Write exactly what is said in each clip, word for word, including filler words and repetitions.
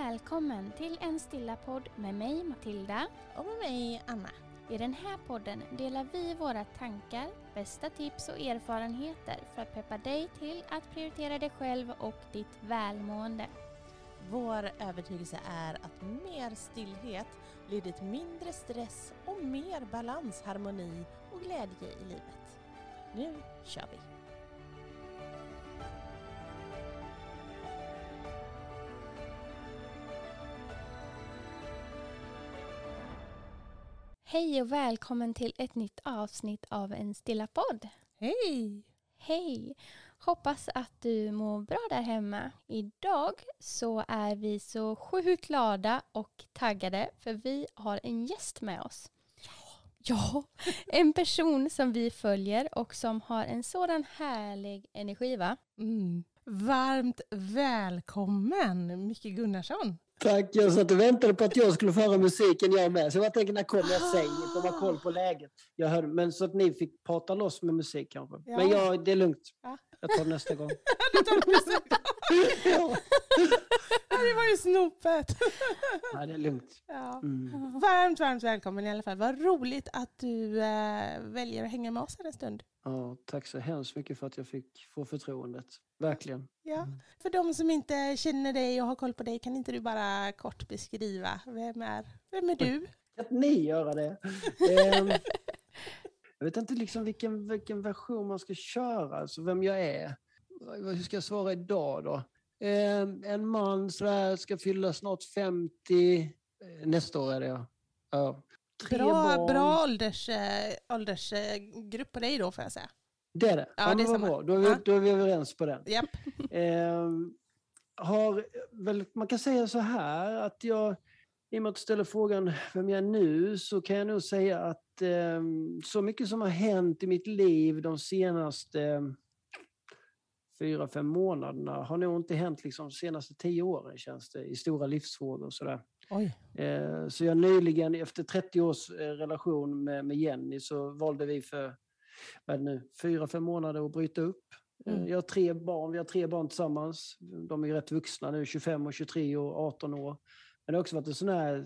Välkommen till en stilla podd med mig Matilda och med mig Anna. I den här podden delar vi våra tankar, bästa tips och erfarenheter för att peppa dig till att prioritera dig själv och ditt välmående. Vår övertygelse är att mer stillhet leder till mindre stress och mer balans, harmoni och glädje i livet. Nu kör vi! Hej och välkommen till ett nytt avsnitt av en stilla podd. Hej! Hej! Hoppas att du mår bra där hemma. Idag så är vi så sjukt glada och taggade för vi har en gäst med oss. Ja! Ja, en person som vi följer och som har en sådan härlig energi, va? Mm. Varmt välkommen Micke Gunnarsson. Tack, jag satt och väntade på att jag skulle föra musiken jag med. Så jag tänkte, när kommer jag säga? De har koll på läget. Jag hörde, men så att ni fick prata loss med musik kanske. Ja. Men jag, det är lugnt. Ja. Jag tar det nästa gång. Du tar musik. Ja. Det var ju snopet. Ja, det är lugnt. Ja. Mm. Varmt, varmt välkommen i alla fall. Vad roligt att du äh, väljer att hänga med oss här en stund. Ja, tack så hemskt mycket för att jag fick få förtroendet. Verkligen. Ja. För de som inte känner dig och har koll på dig, kan inte du bara kort beskriva vem är, vem är du? Att ni gör det. um, jag vet inte liksom vilken, vilken version man ska köra. Alltså vem jag är. Hur ska jag svara idag då? Um, en man sådär, ska fylla snart femtio. Nästa år är det jag. Ja. Tre Bra, barn. bra ålders, äh, åldersgrupp på dig då, får jag säga. Det är det. Ja, ja, det är vad samma. bra. Då är, vi, Ja. då är vi överens på den. Japp. Eh, har, väl, man kan säga så här att jag, i och med att ställa frågan vem jag är nu, så kan jag nog säga att eh, så mycket som har hänt i mitt liv de senaste eh, fyra, fem månaderna har nog inte hänt liksom de senaste tio åren, känns det, i stora livsfrågor och sådär. Oj. Eh, så jag nyligen, efter trettio års eh, relation med, med Jenny, så valde vi för vad är det nu, fyra, fem månader att bryta upp. Mm. Jag har tre barn, vi har tre barn tillsammans. De är rätt vuxna nu, tjugofem och tjugotre och arton år. Men det har också varit en sån här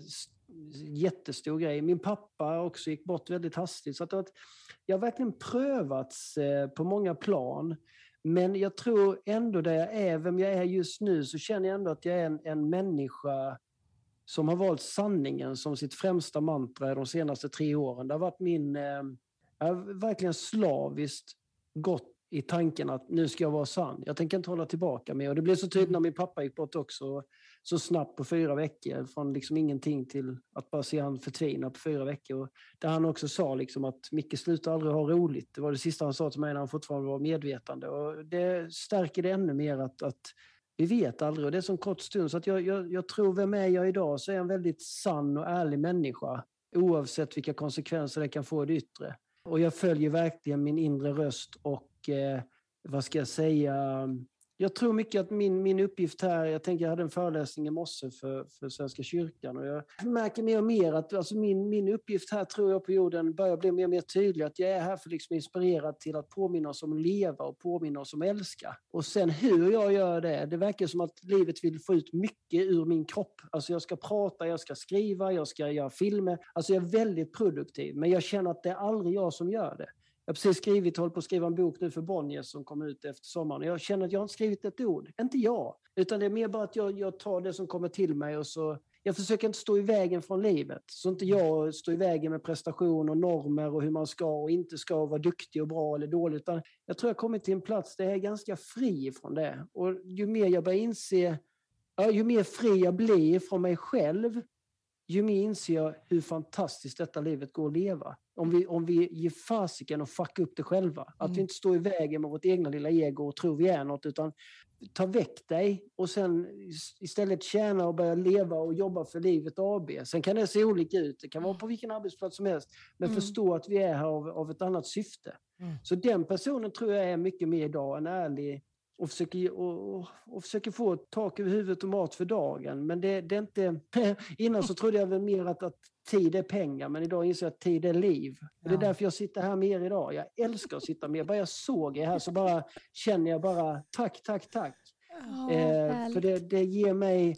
jättestor grej. Min pappa också gick bort väldigt hastigt. Så att jag har verkligen prövats på många plan. Men jag tror ändå där jag är, vem jag är just nu, så känner jag ändå att jag är en, en människa som har valt sanningen som sitt främsta mantra de senaste tre åren. Det har varit min... Jag har verkligen slaviskt gått i tanken att nu ska jag vara sann. Jag tänker inte hålla tillbaka mig. Och det blev så tydligt när min pappa gick bort också. Så snabbt på fyra veckor. Från liksom ingenting till att bara se han förtvina på fyra veckor. Och där han också sa liksom att Micke, slutar aldrig ha roligt. Det var det sista han sa till mig när han fortfarande var medvetande. Och det stärker det ännu mer att, att vi vet aldrig. Och det är så en kort stund. Så att jag, jag, jag tror, vem är jag idag, så är jag en väldigt sann och ärlig människa. Oavsett vilka konsekvenser det kan få i det yttre. Och jag följer verkligen min inre röst och eh, vad ska jag säga, jag tror mycket att min, min uppgift här, jag tänker jag hade en föreläsning i morse för, för Svenska kyrkan och jag märker mer och mer att alltså min, min uppgift här, tror jag, på jorden börjar bli mer och mer tydlig, att jag är här för liksom inspirerad till att påminna oss om att leva och påminna oss om att älska. Och sen hur jag gör det, det verkar som att livet vill få ut mycket ur min kropp. Alltså jag ska prata, jag ska skriva, jag ska göra filmer, alltså jag är väldigt produktiv, men jag känner att det är aldrig jag som gör det. Jag har precis skrivit, håller på att skriva en bok nu för Bonniers som kommer ut efter sommaren. Jag känner att jag inte skrivit ett ord. Inte jag. Utan det är mer bara att jag, jag tar det som kommer till mig. Och så, jag försöker inte stå i vägen från livet. Så inte jag står i vägen med prestation och normer och hur man ska och inte ska vara duktig och bra eller dålig. Utan jag tror jag kommer till en plats där jag är ganska fri från det. Och ju mer jag börjar inse, ja, ju mer fri jag blir från mig själv, ju mer inser jag hur fantastiskt detta livet går att leva. Om vi, om vi ger fasiken och fuck upp det själva. Att Mm. vi inte står i vägen med vårt egna lilla ego och tror vi är något, utan ta väck dig och sen istället tjäna och börja leva och jobba för livet A B. Sen kan det se olika ut. Det kan vara på vilken arbetsplats som helst. Men Mm. förstå att vi är här av, av ett annat syfte. Mm. Så den personen tror jag är mycket mer idag, en ärlig och försöker, och, och, och försöker få ett tak över huvudet och mat för dagen. Men det, det är inte... Innan så trodde jag väl mer att, att tid är pengar, men idag inser jag att tid är liv. Ja. Det är därför jag sitter här med er idag. Jag älskar att sitta med er. Bara jag såg er här så bara känner jag bara tack, tack, tack. Oh, eh, för det, det ger mig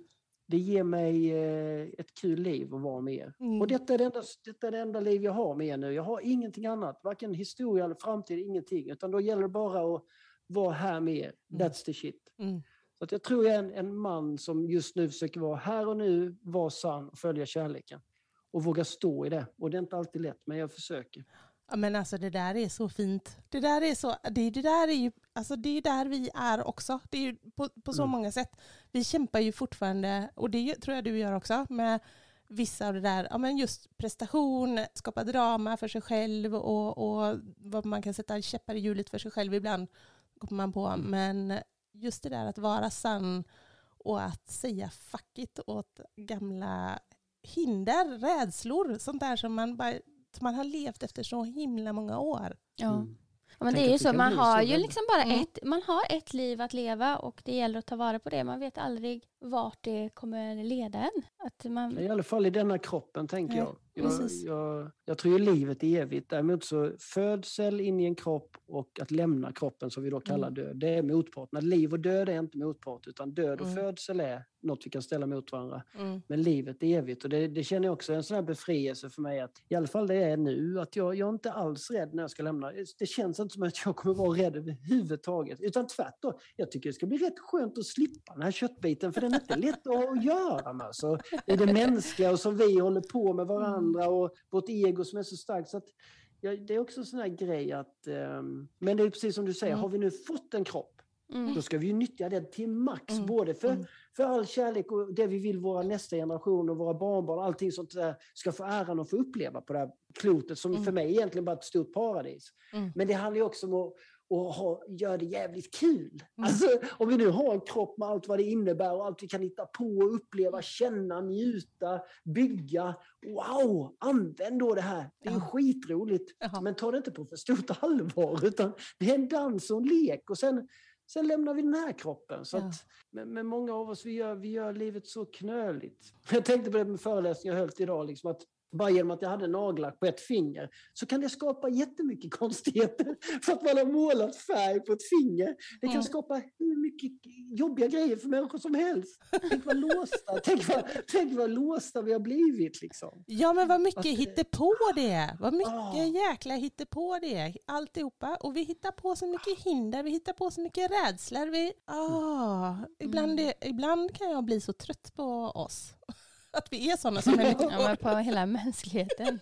det ger mig eh, ett kul liv att vara med er. Mm. Och detta är, det enda, detta är det enda liv jag har med er nu. Jag har ingenting annat, varken historia eller framtid, ingenting. Utan då gäller det bara att vara här med er. Mm. That's the shit. Mm. Så att jag tror jag är en, en man som just nu försöker vara här och nu, vara sann och följa kärleken. Och våga stå i det. Och det är inte alltid lätt, men jag försöker. Ja, men alltså det där är så fint. Det där är så, det, det där är ju, alltså det är där vi är också. Det är ju på, på så mm. många sätt. Vi kämpar ju fortfarande, och det tror jag du gör också, med vissa av det där, ja men just prestation, skapa drama för sig själv och, och vad man kan sätta käppar i hjulet för sig själv ibland, kommer man på. Mm. Men just det där att vara sann och att säga fuck it åt gamla hinder, rädslor, sånt där som man bara man har levt efter så himla många år. Ja. Mm. Ja, men det är ju så, man har ju liksom bara mm. ett, man har ett liv att leva och det gäller att ta vara på det. Man vet aldrig vart det kommer leda en. Att man... I alla fall i denna kroppen, tänker jag. Jag, jag, jag tror ju livet är evigt. Däremot så födsel in i en kropp och att lämna kroppen, som vi då kallar mm. död, det är motparten. Liv och död är inte motpart, utan död och mm. födsel är något vi kan ställa mot varandra. Mm. Men livet är evigt, och det, det känner jag också en sån här befrielse för mig, att i alla fall det är nu, att jag, jag är inte alls rädd när jag ska lämna. Det känns inte som att jag kommer vara rädd överhuvudtaget, utan tvärtom. Jag tycker det ska bli rätt skönt att slippa den här köttbiten, för den är inte lätt att göra med. Så det är det mänskliga och som vi håller på med varandra och vårt ego som är så starkt, så att ja, det är också en sån här grej att um, men det är precis som du säger, mm. har vi nu fått en kropp, mm. då ska vi ju nyttja den till max, mm. både för, mm. för all kärlek och det vi vill våra nästa generation och våra barnbarn, allting sånt där ska få äran och få uppleva på det här klotet som mm. för mig egentligen bara ett stort paradis. Mm. Men det handlar ju också om att och ha, gör det jävligt kul. Mm. Alltså, om vi nu har en kropp med allt vad det innebär och allt vi kan hitta på och uppleva, känna, njuta, bygga. Wow, använd då det här. Det är ju ja. skitroligt. Jaha. Men ta det inte på för stort allvar, utan det är en dans och en lek. Och sen, sen lämnar vi den här kroppen. Så ja. att, men, men många av oss, vi gör, vi gör livet så knöligt. Jag tänkte på det med föreläsningar jag höll idag, liksom att bara genom att jag hade nagellack på ett finger så kan det skapa jättemycket konstigheter för att man har målat färg på ett finger. Det kan mm. skapa hur mycket jobbiga grejer för människor som helst. Tänk vad låsta, tänk vad, tänk vad låsta vi har blivit liksom. Ja, men vad mycket att, hittar på det. Vad mycket oh. jäkla hittar på det. Alltihopa. Och vi hittar på så mycket hinder. Vi hittar på så mycket rädslor. Vi, oh. mm. ibland, det, ibland kan jag bli så trött på oss. Att vi är sådana som människor. Ja, men på hela mänskligheten.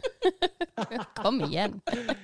Kom igen.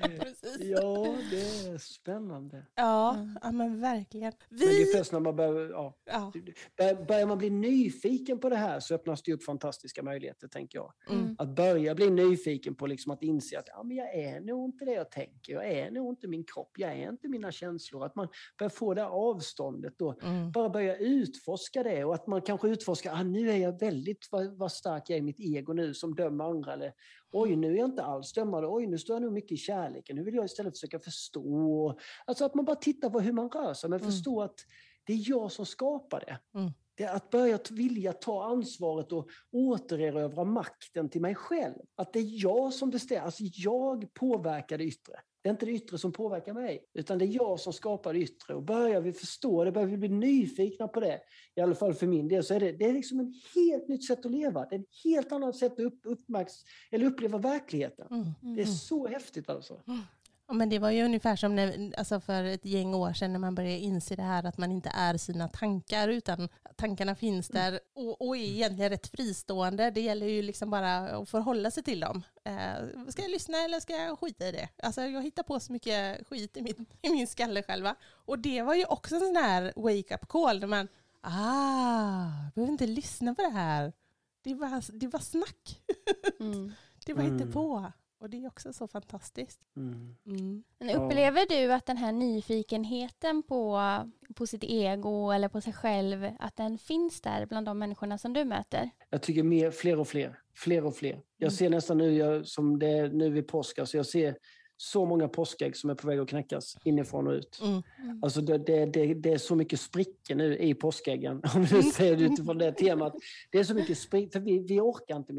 Ja, det är spännande. Ja, mm. ja men verkligen. Vi... Men det är först när man börjar, ja. Ja. börjar man bli nyfiken på det här, så öppnas det upp fantastiska möjligheter, tänker jag. Mm. Att börja bli nyfiken på liksom att inse att ja, men jag är nog inte det jag tänker. Jag är nog inte min kropp. Jag är inte mina känslor. Att man börjar få det avståndet då. Mm. Bara börja utforska det. Och att man kanske utforskar, ah, nu är jag väldigt, vad, vad stark jag är i mitt ego nu som dömer andra. Eller oj, nu är jag inte alls dömande. Oj, nu står jag nog mycket i kärleken. Nu vill jag istället försöka förstå. Alltså att man bara tittar på hur man rör sig, men mm. förstå att det är jag som skapar det. Mm. Det är att börja vilja ta ansvaret och återerövra makten till mig själv. Att det är jag som bestämmer. Alltså jag påverkar det yttre. Det är inte det yttre som påverkar mig, utan det är jag som skapar det yttre. Och börjar vi förstå det, börjar vi bli nyfikna på det, i alla fall för min del, så är det, det är liksom en helt nytt sätt att leva. Det är ett helt annat sätt att upp, uppmärks, eller uppleva verkligheten. Mm, mm, det är så häftigt alltså. Mm. Ja, men det var ju ungefär som när, alltså för ett gäng år sedan när man började inse det här att man inte är sina tankar, utan tankarna finns där och, och är egentligen rätt fristående. Det gäller ju liksom bara att förhålla sig till dem. Eh, ska jag lyssna eller ska jag skita i det? Alltså jag hittar på så mycket skit i min, i min skalle själva. Och det var ju också en sån här wake-up call där man, ah, jag behöver inte lyssna på det här. Det var, det var snack. Mm. Det var inte på. Och det är också så fantastiskt. Mm. Mm. Men upplever du att den här nyfikenheten på, på sitt ego eller på sig själv, att den finns där bland de människorna som du möter? Jag tycker mer, fler och fler. Fler och fler. Jag mm. ser nästan nu, jag, som det är nu vid påsk, så jag ser så många påskägg som är på väg att knäckas inifrån och ut. Mm. Mm. Alltså det, det, det, det är så mycket sprickor nu i påskäggen. Om du säger det utifrån det temat. Det är så mycket sprickor, för vi, vi orkar inte mer.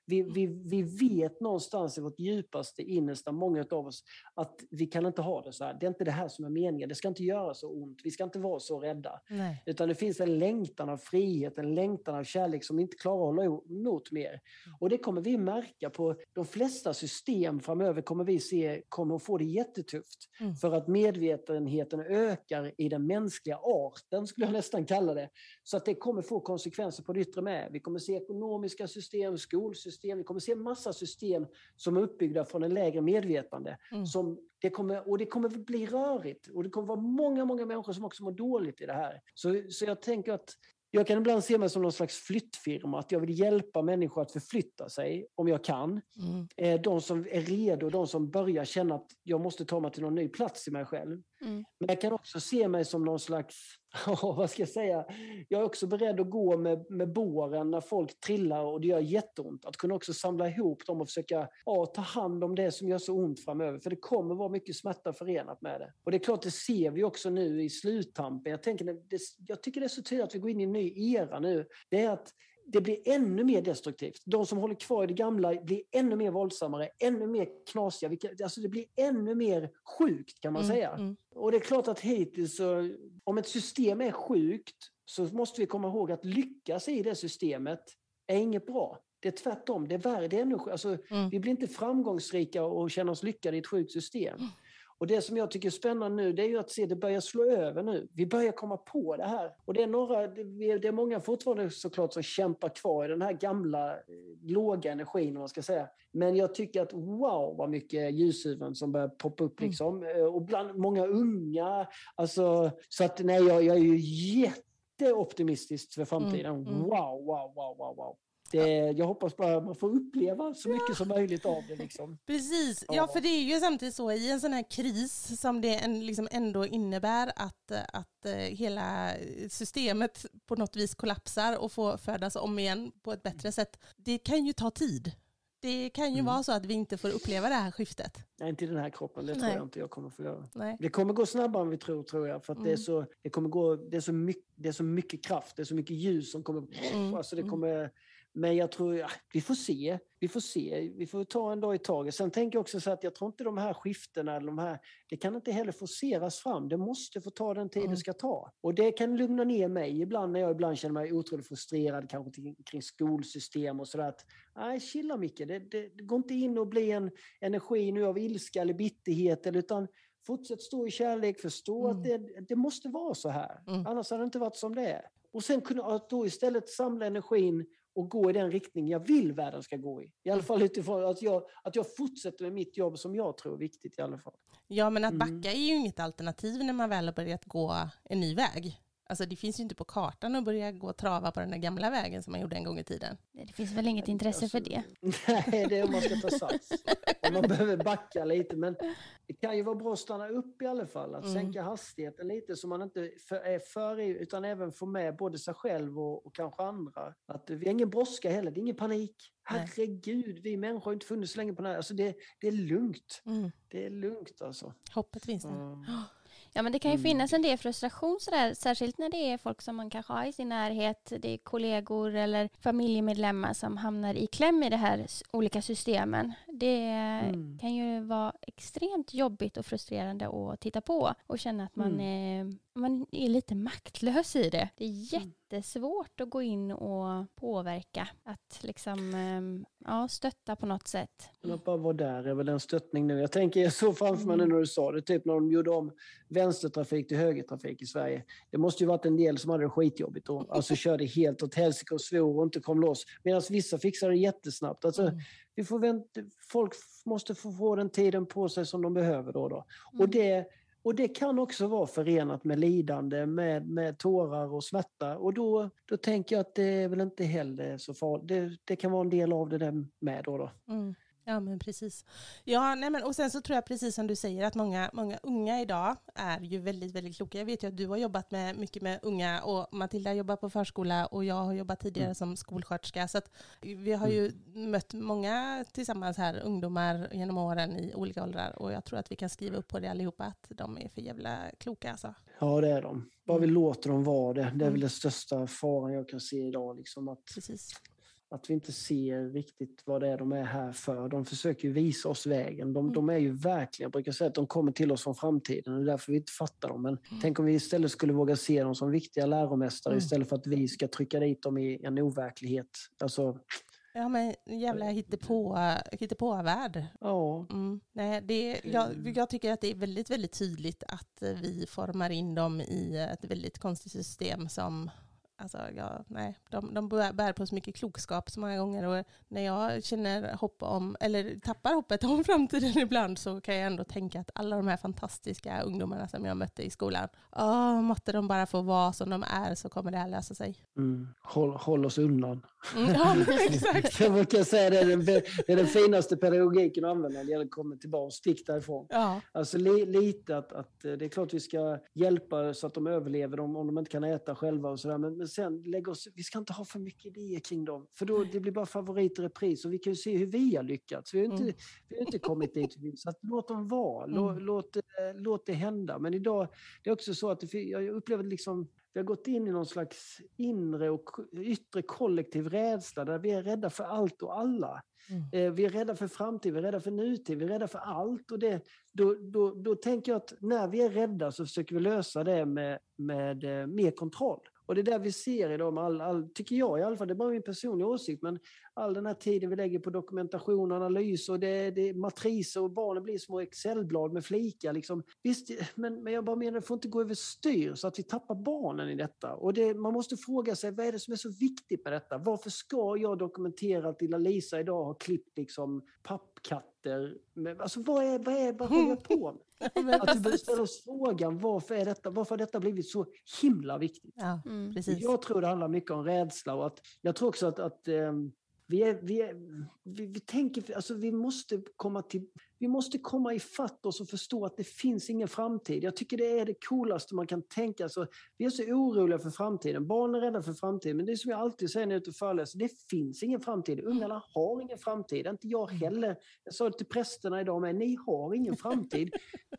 Vi, vi, vi vet någonstans i vårt djupaste innersta, många av oss, att vi kan inte ha det så här. Det är inte det här som är meningen. Det ska inte göra så ont. Vi ska inte vara så rädda. Nej. Utan det finns en längtan av frihet, en längtan av kärlek som vi inte klarar att hålla emot mer. Och det kommer vi märka på de flesta system framöver, kommer vi se kommer att få det jättetufft. Mm. För att medvetenheten ökar i den mänskliga arten, skulle jag nästan kalla det. Så att det kommer få konsekvenser på det yttre med. Vi kommer se ekonomiska system, skolsystem, vi kommer se massa system som är uppbyggda från en lägre medvetande. Mm. Som det kommer, och det kommer bli rörigt. Och det kommer vara många, många människor som också mår dåligt i det här. Så, så jag tänker att jag kan ibland se mig som någon slags flyttfirma, att jag vill hjälpa människor att förflytta sig om jag kan. Mm. De som är redo, de som börjar känna att jag måste ta mig till någon ny plats i mig själv. Mm. Men jag kan också se mig som någon slags, vad ska jag säga, jag är också beredd att gå med, med båren när folk trillar och det gör jätteont. Att kunna också samla ihop dem och försöka ja, ta hand om det som gör så ont framöver. För det kommer vara mycket smärta förenat med det. Och det är klart, det ser vi också nu i sluttampen. Jag, tänker, det, jag tycker det är så tydligt att vi går in i en ny era nu. Det är att det blir ännu mer destruktivt. De som håller kvar i det gamla blir ännu mer våldsammare, ännu mer knasiga. Alltså det blir ännu mer sjukt, kan man mm, säga. Mm. Och det är klart att hittills, så, om ett system är sjukt, så måste vi komma ihåg att lyckas i det systemet är inget bra. Det är tvärtom, det är värre, det är ännu, alltså, mm. vi blir inte framgångsrika och känner oss lyckade i ett sjukt system. Mm. Och det som jag tycker är spännande nu, det är ju att se det börjar slå över nu. Vi börjar komma på det här. Och det är, några, det är många fortfarande såklart som kämpar kvar i den här gamla låga energin, om man ska säga. Men jag tycker att wow, vad mycket ljushuvuden som börjar poppa upp liksom. Mm. Och bland många unga. Alltså, så att nej, jag, jag är ju jätteoptimistisk för framtiden. Mm. Mm. Wow, wow, wow, wow, wow. Det, jag hoppas bara att man får uppleva så mycket ja. som möjligt av det. Liksom. Precis, ja. ja för det är ju samtidigt så i en sån här kris som det en, liksom ändå innebär att, att hela systemet på något vis kollapsar och får födas om igen på ett bättre sätt. Det kan ju ta tid. Det kan ju mm. vara så att vi inte får uppleva det här skiftet. Nej, inte i den här kroppen. Det Nej. tror jag inte jag kommer få göra. Nej. Det kommer gå snabbare än vi tror, tror jag. För att mm. det, är så, det, kommer gå, det, är så mycket, det är så mycket kraft, det är så mycket ljus som kommer... Mm. Alltså det kommer... Men jag tror, ja, vi får se, vi får se, vi får ta en dag i taget. Sen tänker jag också så att jag tror inte de här skiftena, eller de här, det kan inte heller forceras fram. Det måste få ta den tid mm. det ska ta. Och det kan lugna ner mig ibland när jag ibland känner mig otroligt frustrerad, kanske till, kring skolsystem och sådär. Att, nej, chilla Micke, det, det, det går inte in och bli en energi nu av ilska eller bitterhet, eller, utan fortsätt stå i kärlek, förstå mm. att det, det måste vara så här. Mm. Annars hade det inte varit som det är. Och sen kunna att då istället samla energin och gå i den riktning jag vill världen ska gå i. I alla fall utifrån att jag, att jag fortsätter med mitt jobb som jag tror är viktigt i alla fall. Ja, men att backa mm. är ju inget alternativ när man väl har börjat gå en ny väg. Alltså det finns ju inte på kartan att börja gå och trava på den där gamla vägen som man gjorde en gång i tiden. Det finns väl inget intresse alltså, för det? Nej, det är om man ska ta sats. Om man behöver backa lite. Men det kan ju vara bra att stanna upp i alla fall. Att mm. sänka hastigheten lite så man inte för, är för i, utan även får med både sig själv och, och kanske andra. Att vi har ingen brådska heller, det är ingen panik. Herregud, vi människor har inte funnits så länge på den här. Alltså det, det är lugnt. Mm. Det är lugnt alltså. Hoppet finns där. Mm. Ja, men det kan ju finnas en del frustration sådär, särskilt när det är folk som man kanske har i sin närhet, det är kollegor eller familjemedlemmar som hamnar i kläm i det här olika systemen. Det mm. kan ju vara extremt jobbigt och frustrerande att titta på och känna att man, mm. är, man är lite maktlös i det. Det är jättesvårt att gå in och påverka, att liksom ja, stötta på något sätt. Att bara vara där är väl en stöttning nu. Jag tänker jag så framför mig mm. när du sa det, typ när de gjorde om vänstertrafik till högertrafik i Sverige. Det måste ju varit en del som hade det skitjobbigt och alltså körde helt åt helsike och svor och inte kom loss. Medan vissa fixade det jättesnabbt. Alltså, mm. vi får vänta, folk måste få, få den tiden på sig som de behöver då. då. Mm. Och, det, och det kan också vara förenat med lidande, med, med tårar och smärta. Och då, då tänker jag att det är väl inte heller så farligt. Det, det kan vara en del av det där med då. då. Mm. Ja, men precis. Ja, nej, men, och sen så tror jag precis som du säger att många, många unga idag är ju väldigt, väldigt kloka. Jag vet ju att du har jobbat med, mycket med unga och Matilda jobbar på förskola och jag har jobbat tidigare mm. som skolsköterska. Så att vi har ju mm. mött många tillsammans här, ungdomar genom åren i olika åldrar. Och jag tror att vi kan skriva upp på det allihopa att de är för jävla kloka. Alltså. Ja, det är de. Bara vi låter dem vara det. Det är mm. väl den största faran jag kan se idag. Liksom, att... Precis. att vi inte ser riktigt vad det är de är här för. De försöker ju visa oss vägen. De, mm. de är ju verkligen, jag brukar säga att de kommer till oss från framtiden. Och det är därför vi inte fattar dem. Men mm. tänk om vi istället skulle våga se dem som viktiga läromästare mm. istället för att vi ska trycka dit dem i en overklighet. Alltså... Ja, men jävla hittepå, hittepå-värld. Ja. Mm. Nej, det, jag, jag tycker att det är väldigt, väldigt tydligt att vi formar in dem i ett väldigt konstigt system som... Alltså, ja, nej, de, de bär på så mycket klokskap så många gånger, och när jag känner hopp om, eller tappar hoppet om framtiden ibland, så kan jag ändå tänka att alla de här fantastiska ungdomarna som jag mötte i skolan, åh, måtte de bara få vara som de är, så kommer det här lösa sig. Mm. Håll, håll oss undan. Mm, ja, men exakt. Jag brukar säga det är den, det är den finaste pedagogiken att använda när det gäller att komma tillbaka och stick därifrån. Ja. Alltså li, lite att, att det är klart vi ska hjälpa så att de överlever om, om de inte kan äta själva och sådär, men, men sen lägg oss, vi ska inte ha för mycket idéer kring dem, för då det blir bara favorit och repris, och vi kan ju se hur vi har lyckats. Vi har inte, mm. vi har inte kommit dit, så att låt dem vara, mm. låt, låt, låt det hända. Men idag, det är också så att det, jag upplever liksom vi har gått in i någon slags inre och yttre kollektiv rädsla där vi är rädda för allt och alla. Mm. Vi är rädda för framtid, vi är rädda för nutid, vi är rädda för allt. Och det, då, då, då tänker jag att när vi är rädda så försöker vi lösa det med, med mer kontroll. Och det är där vi ser idag med all, all, tycker jag i alla fall, det är bara min personliga åsikt, men all den här tiden vi lägger på dokumentation och analys och det, det är matriser och barnen blir små Excelblad med flikar. Liksom. Visst, men, men jag bara menar, det får inte gå över styr så att vi tappar barnen i detta. Och det, man måste fråga sig, vad är det som är så viktigt med detta? Varför ska jag dokumentera att lilla Lisa idag har klippt liksom pappkatter? Men, alltså vad är, vad är, vad håller jag på med? Att vi börjar ställa oss frågan, varför är detta, varför har detta blivit så himla viktigt? Ja, mm, precis. Jag tror det handlar mycket om rädsla, och att jag tror också att, att um, vi, är, vi, är, vi, vi tänker, alltså vi måste komma till, vi måste komma i fatt oss och förstå att det finns ingen framtid. Jag tycker det är det coolaste man kan tänka. Alltså, vi är så oroliga för framtiden. Barn är rädda för framtiden. Men det är som jag alltid säger när jag är ute och föreläser. Det finns ingen framtid. Ungarna har ingen framtid. Inte jag heller. Jag sa det till prästerna idag, men ni har ingen framtid.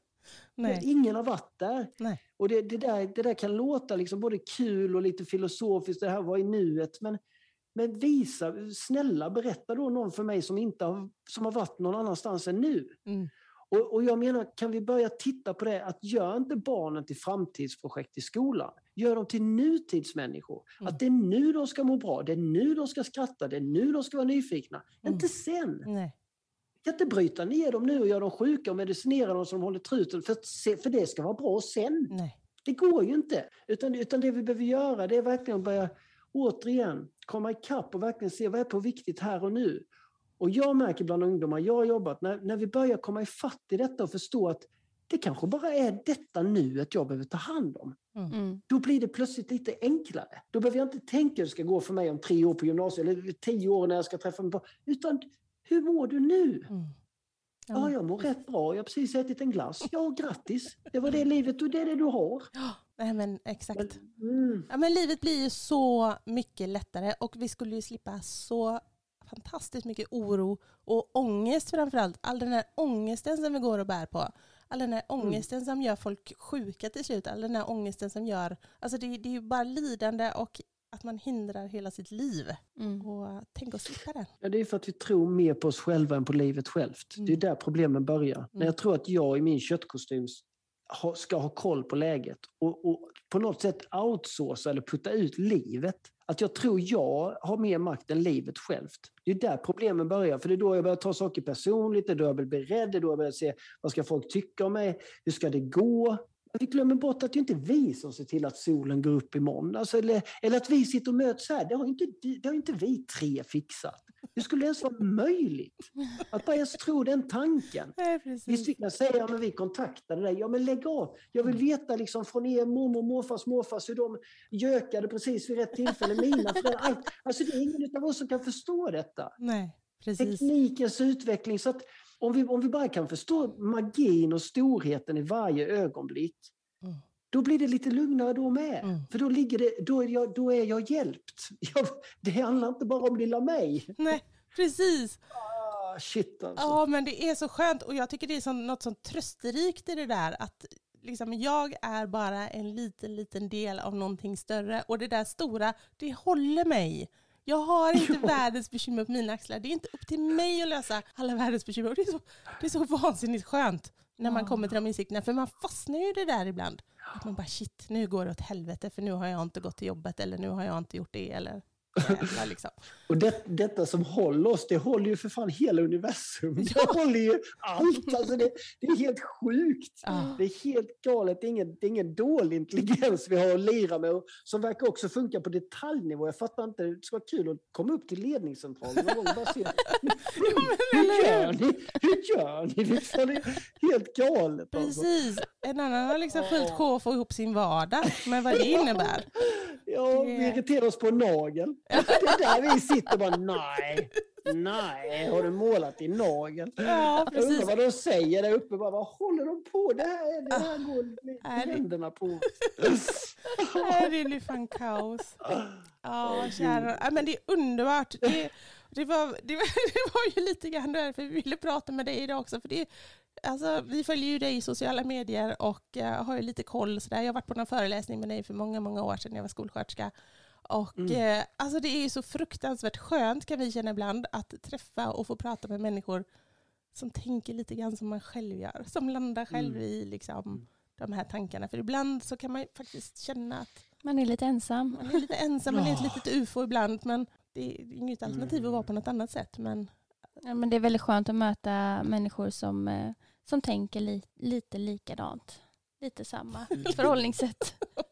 Nej. Ingen har varit där. Nej. Och det, det, där, det där kan låta liksom både kul och lite filosofiskt. Det här var i nuet. Men Men visa, snälla berätta då någon för mig som inte har, som har varit någon annanstans än nu. Mm. Och, och jag menar, kan vi börja titta på det, att gör inte barnen till framtidsprojekt i skolan. Gör dem till nutidsmänniskor. Mm. Att det är nu de ska må bra, det är nu de ska skratta, det är nu de ska vara nyfikna. Mm. Inte sen. Nej. Kan inte bryta ner dem nu och göra dem sjuka och medicinera dem som de håller truten, för, att, för det ska vara bra sen. Nej. Det går ju inte. Utan, utan det vi behöver göra, det är verkligen att börja återigen komma ikapp och verkligen se vad är på viktigt här och nu. Och jag märker bland ungdomar, jag har jobbat, när, när vi börjar komma ifatt i detta och förstå att det kanske bara är detta nu att jag behöver ta hand om. Mm. Då blir det plötsligt lite enklare. Då behöver jag inte tänka hur det ska gå för mig om tre år på gymnasiet eller tio år när jag ska träffa mig på. Utan hur mår du nu? Mm. Ja, ja, jag mår rätt bra. Jag har precis ätit en glass. Ja, grattis. Det var det livet och det är det du har. Nej, men exakt. Mm. Ja, men livet blir ju så mycket lättare och vi skulle ju slippa så fantastiskt mycket oro och ångest framförallt. All den här ångesten som vi går och bär på. All den här ångesten mm. som gör folk sjuka till slut. All den här ångesten som gör... Alltså det, det är ju bara lidande och att man hindrar hela sitt liv. Mm. Och tänk att slippa det. Ja, det är för att vi tror mer på oss själva än på livet självt. Mm. Det är där problemen börjar. Mm. När jag tror att jag i min köttkostym ska ha koll på läget och, och på något sätt outsourca eller putta ut livet. Att jag tror jag har mer makt än livet självt. Det är där problemen börjar. För det är då jag börjar ta saker personligt, det är då jag blir beredd, det är då jag börjar se vad ska folk tycka om mig, hur ska det gå. Vi glömmer bort att det inte är vi som ser till att solen går upp imorgon. Alltså, eller, eller att vi sitter och möts här. Det har inte, det har inte vi tre fixat. Det skulle ens vara möjligt. Att bara ens tro den tanken. Nej, visst fick man säga att ja, vi kontaktade dig. Ja, men lägg av. Jag vill veta liksom, från er mormor, morfars, morfars hur de gökade precis vid rätt tillfälle. Mina föräldrar. Allt. Alltså det är ingen av oss som kan förstå detta. Nej, precis. Teknikens utveckling. Så att om vi, om vi bara kan förstå magin och storheten i varje ögonblick. Mm. Då blir det lite lugnare då med. Mm. För då, ligger det, då, är jag, då är jag hjälpt. Jag, det handlar inte bara om lilla mig. Nej, precis. Ah, shit alltså. Ja, men det är så skönt. Och jag tycker det är så, något sånt trösterikt i det där. Att liksom, jag är bara en liten, liten del av någonting större. Och det där stora, det håller mig. Jag har inte världens bekymmer på mina axlar. Det är inte upp till mig att lösa alla världens bekymmer. Och det är så, det är så vansinnigt skönt när man kommer till de insikterna. För man fastnar ju det där ibland. Att man bara shit, nu går det åt helvete för nu har jag inte gått till jobbet eller nu har jag inte gjort det eller... Jävlar, liksom. Och det, detta som håller oss, det håller ju för fan hela universum. Det ja. håller ju allt. Alltså det, det är helt sjukt. Ah. Det är helt galet. Det är, ingen, det är ingen dålig intelligens vi har att lira med. Och som verkar också funka på detaljnivå. Jag fattar inte. Det ska vara kul att komma upp till ledningscentralen. Och bara se, hur gör ni? Hur gör ni? Det är helt galet. Precis. Alltså. En annan har liksom fullt sjå att få ihop sin vardag. Men vad det innebär. Ja, vi irriterar oss på nagel. Det är där vi sitter och bara, nej, nej, har du målat i nagel? Ja, precis. Jag undrar vad de säger där uppe, bara, vad håller de på? Det här, det här går med händerna på. Det är ju fan kaos. Ja, kära. Ja, men det är underbart. Det, det, var, det, var, det var ju lite grann därför vi ville prata med dig idag också, för det alltså, vi följer ju dig i sociala medier och uh, har ju lite koll. Så där. Jag har varit på en föreläsning med dig för många, många år sedan när jag var skolsköterska. Och mm. uh, alltså, det är ju så fruktansvärt skönt kan vi känna ibland att träffa och få prata med människor som tänker lite grann som man själv gör. Som landar själv mm. i liksom, de här tankarna. För ibland så kan man faktiskt känna att man är lite ensam. Man är lite ensam, man är ett litet U F O ibland. Men det är inget alternativ mm. att vara på något annat sätt. Men... Ja, men det är väldigt skönt att möta människor som... Uh, som tänker li- lite likadant. Lite samma förhållningssätt.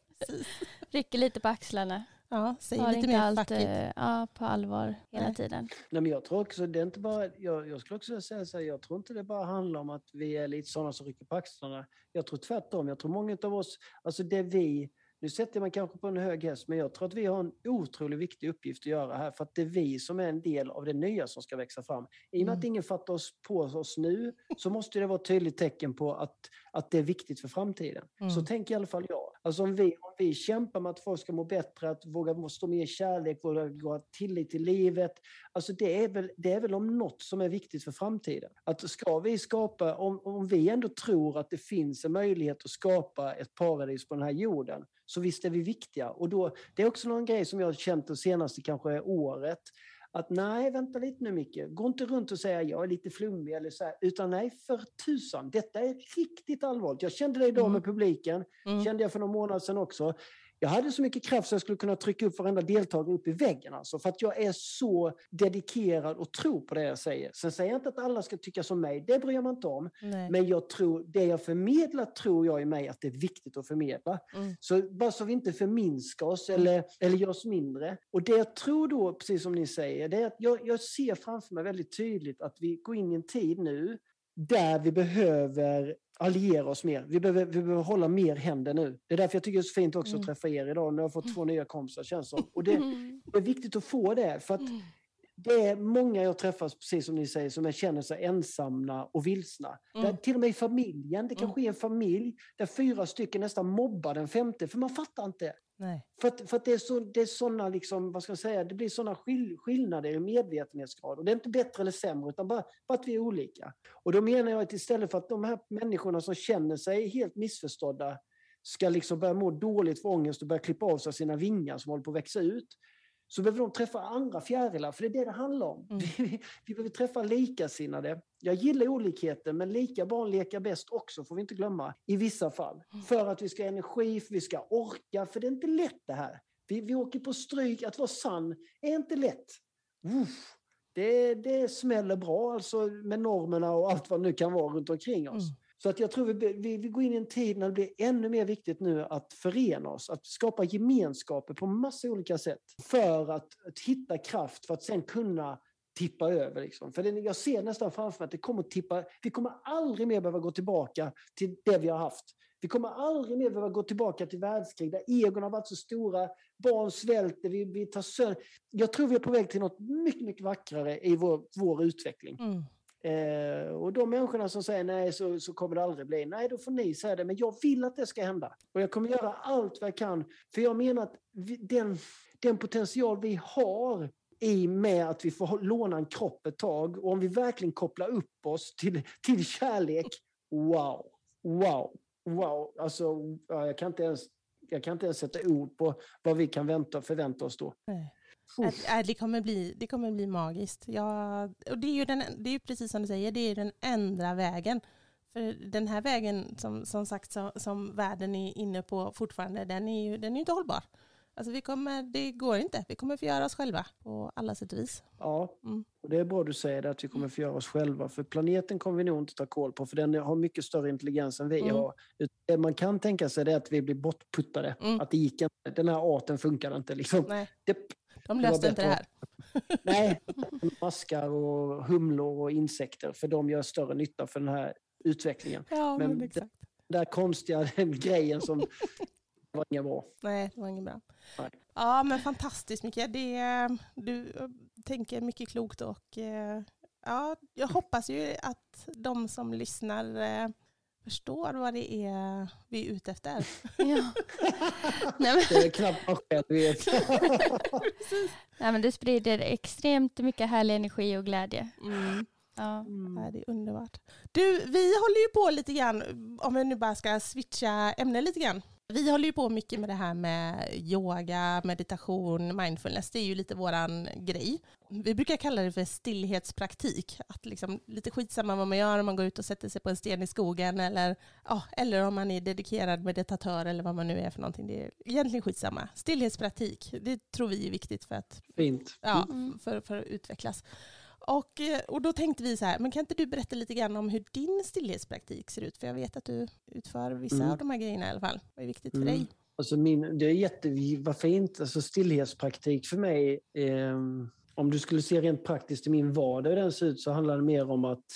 Rycker lite på axlarna. Ja, säger lite mer allt, fackigt. Uh, ja, på allvar hela Nej. tiden. Nej, men jag tror också, det är inte bara, jag, jag skulle också säga så här, jag tror inte det bara handlar om att vi är lite sådana som rycker på axlarna. Jag tror tvärtom, jag tror många av oss, alltså det vi, nu sätter man kanske på en hög häst, men jag tror att vi har en otroligt viktig uppgift att göra här, för att det är vi som är en del av det nya som ska växa fram. I och med mm. att ingen fattar oss på oss nu, så måste det vara ett tydligt tecken på att, att det är viktigt för framtiden. Mm. Så tänker i alla fall jag. Alltså om vi, om vi kämpar med att folk ska må bättre, att våga stå mer kärlek, våga ha tillit till livet, alltså det är väl, det är väl om något som är viktigt för framtiden. Att ska vi skapa, om, om vi ändå tror att det finns en möjlighet att skapa ett paradis på den här jorden, så visst är vi viktiga. Och då, det är också någon grej som jag har känt det senaste kanske året. Att nej, vänta lite nu Micke. Gå inte runt och säga jag är lite flummig eller så här. Utan nej, för tusan. Detta är riktigt allvarligt. Jag kände det idag mm. med publiken. Mm. Kände jag för några månader sedan också. Jag hade så mycket kraft så jag skulle kunna trycka upp varenda deltagare upp i väggen. Alltså, för att jag är så dedikerad och tror på det jag säger. Sen säger jag inte att alla ska tycka som mig. Det bryr jag mig inte om. Nej. Men jag tror, det jag förmedlar tror jag i mig att det är viktigt att förmedla. Mm. Så bara så vi inte förminskar oss mm. eller, eller gör oss mindre. Och det jag tror då, precis som ni säger, det är att jag, jag ser framför mig väldigt tydligt att vi går in i en tid nu där vi behöver alliera oss mer. Vi behöver, vi behöver hålla mer händer nu. Det är därför jag tycker det är så fint också mm. att träffa er idag. Nu har jag fått två nya kompisar, känns som. Och det, det är viktigt att få det. För att det är många jag träffas, precis som ni säger, som känner sig ensamma och vilsna. Mm. Där, till och med i familjen. Det kan ske en familj där fyra stycken nästan mobbar den femte. För man fattar inte. Nej. För att, för att det är, så, det är såna, liksom, vad ska jag säga, det blir sådana skill- skillnader i medvetenhetsgrad. Och det är inte bättre eller sämre, utan bara, bara att vi är olika. Och då menar jag att istället för att de här människorna som känner sig helt missförstådda ska liksom börja må dåligt för ångest och börja klippa av sig sina vingar som håller på att växa ut, så behöver de träffa andra fjärilar, för det är det det handlar om. Mm. Vi, vi behöver träffa likasinnade. Jag gillar olikheter, men lika barn lekar bäst också, får vi inte glömma, i vissa fall. Mm. För att vi ska ha energi, för vi ska orka, för det är inte lätt det här. Vi, vi åker på stryk, att vara sann är inte lätt. Uff, det, det smäller bra alltså med normerna och allt vad det nu kan vara runt omkring oss. Mm. Så att jag tror vi, vi, vi går in i en tid när det blir ännu mer viktigt nu att förena oss, att skapa gemenskaper på massa olika sätt för att, att hitta kraft för att sen kunna tippa över. Liksom. För det, jag ser nästan framför mig att det kommer att tippa, vi kommer aldrig mer behöva gå tillbaka till det vi har haft. Vi kommer aldrig mer behöva gå tillbaka till världskrig där egon har varit så stora, barn svälter, vi, vi tar sönder. Jag tror vi är på väg till något mycket, mycket vackrare i vår, vår utveckling. Mm. Eh, och de människorna som säger nej så, så kommer det aldrig bli. Nej, då får ni säga det. Men jag vill att det ska hända. Och jag kommer göra allt vad jag kan. För jag menar att vi, den, den potential vi har i med att vi får låna en kropp ett tag. Och om vi verkligen kopplar upp oss till, till kärlek. Wow, wow, wow. Alltså, jag kan inte ens, jag kan inte ens sätta ord på vad vi kan vänta, förvänta oss då. Nej. Att, att det, kommer bli, det kommer bli magiskt. Ja, och det är ju den, det är ju precis som du säger, det är den enda vägen. För den här vägen som, som sagt som, som världen är inne på fortfarande, den är ju den är inte hållbar. Alltså vi kommer, det går inte. Vi kommer få göra oss själva på alla sätt och vis. Ja, mm. och det är bra du säger det, att vi kommer få göra oss själva. För planeten kommer vi nog inte ta koll på, för den har mycket större intelligens än vi mm. har. Det man kan tänka sig är att vi blir bortputtade. Mm. Att det gick inte. Den här arten funkar inte. Liksom. Nej. Det, De löste inte det här. Nej, maskar och humlor och insekter, för de gör större nytta för den här utvecklingen. Ja, men, men exakt. Den där konstiga den grejen som var inget bra. Nej, det var inget bra. Nej. Ja, men fantastiskt mycket. Det, du tänker mycket klokt och ja, jag hoppas ju att de som lyssnar förstår vad det är vi är ute efter. Ja. Nej, men... Det är knappt man själv vet. Nej, men du sprider extremt mycket härlig energi och glädje. Mm. Ja. Mm. Ja, det är underbart. Du, vi håller ju på lite grann, om vi nu bara ska switcha ämne lite grann. Vi håller ju på mycket med det här med yoga, meditation, mindfulness. Det är ju lite våran grej. Vi brukar kalla det för stillhetspraktik. Att liksom, lite skitsamma vad man gör om man går ut och sätter sig på en sten i skogen. Eller, ja, eller om man är dedikerad meditatör eller vad man nu är för någonting. Det är egentligen skitsamma. Stillhetspraktik, det tror vi är viktigt för att, Fint. ja, för, för att utvecklas. Och, och då tänkte vi så här, men kan inte du berätta lite grann om hur din stillhetspraktik ser ut? För jag vet att du utför vissa mm. av de här grejerna i alla fall. Vad är viktigt för mm. dig? Alltså min, det är jätte, vad fint, alltså stillhetspraktik för mig, eh, om du skulle se rent praktiskt i min vardag hur den ser ut, så handlar det mer om att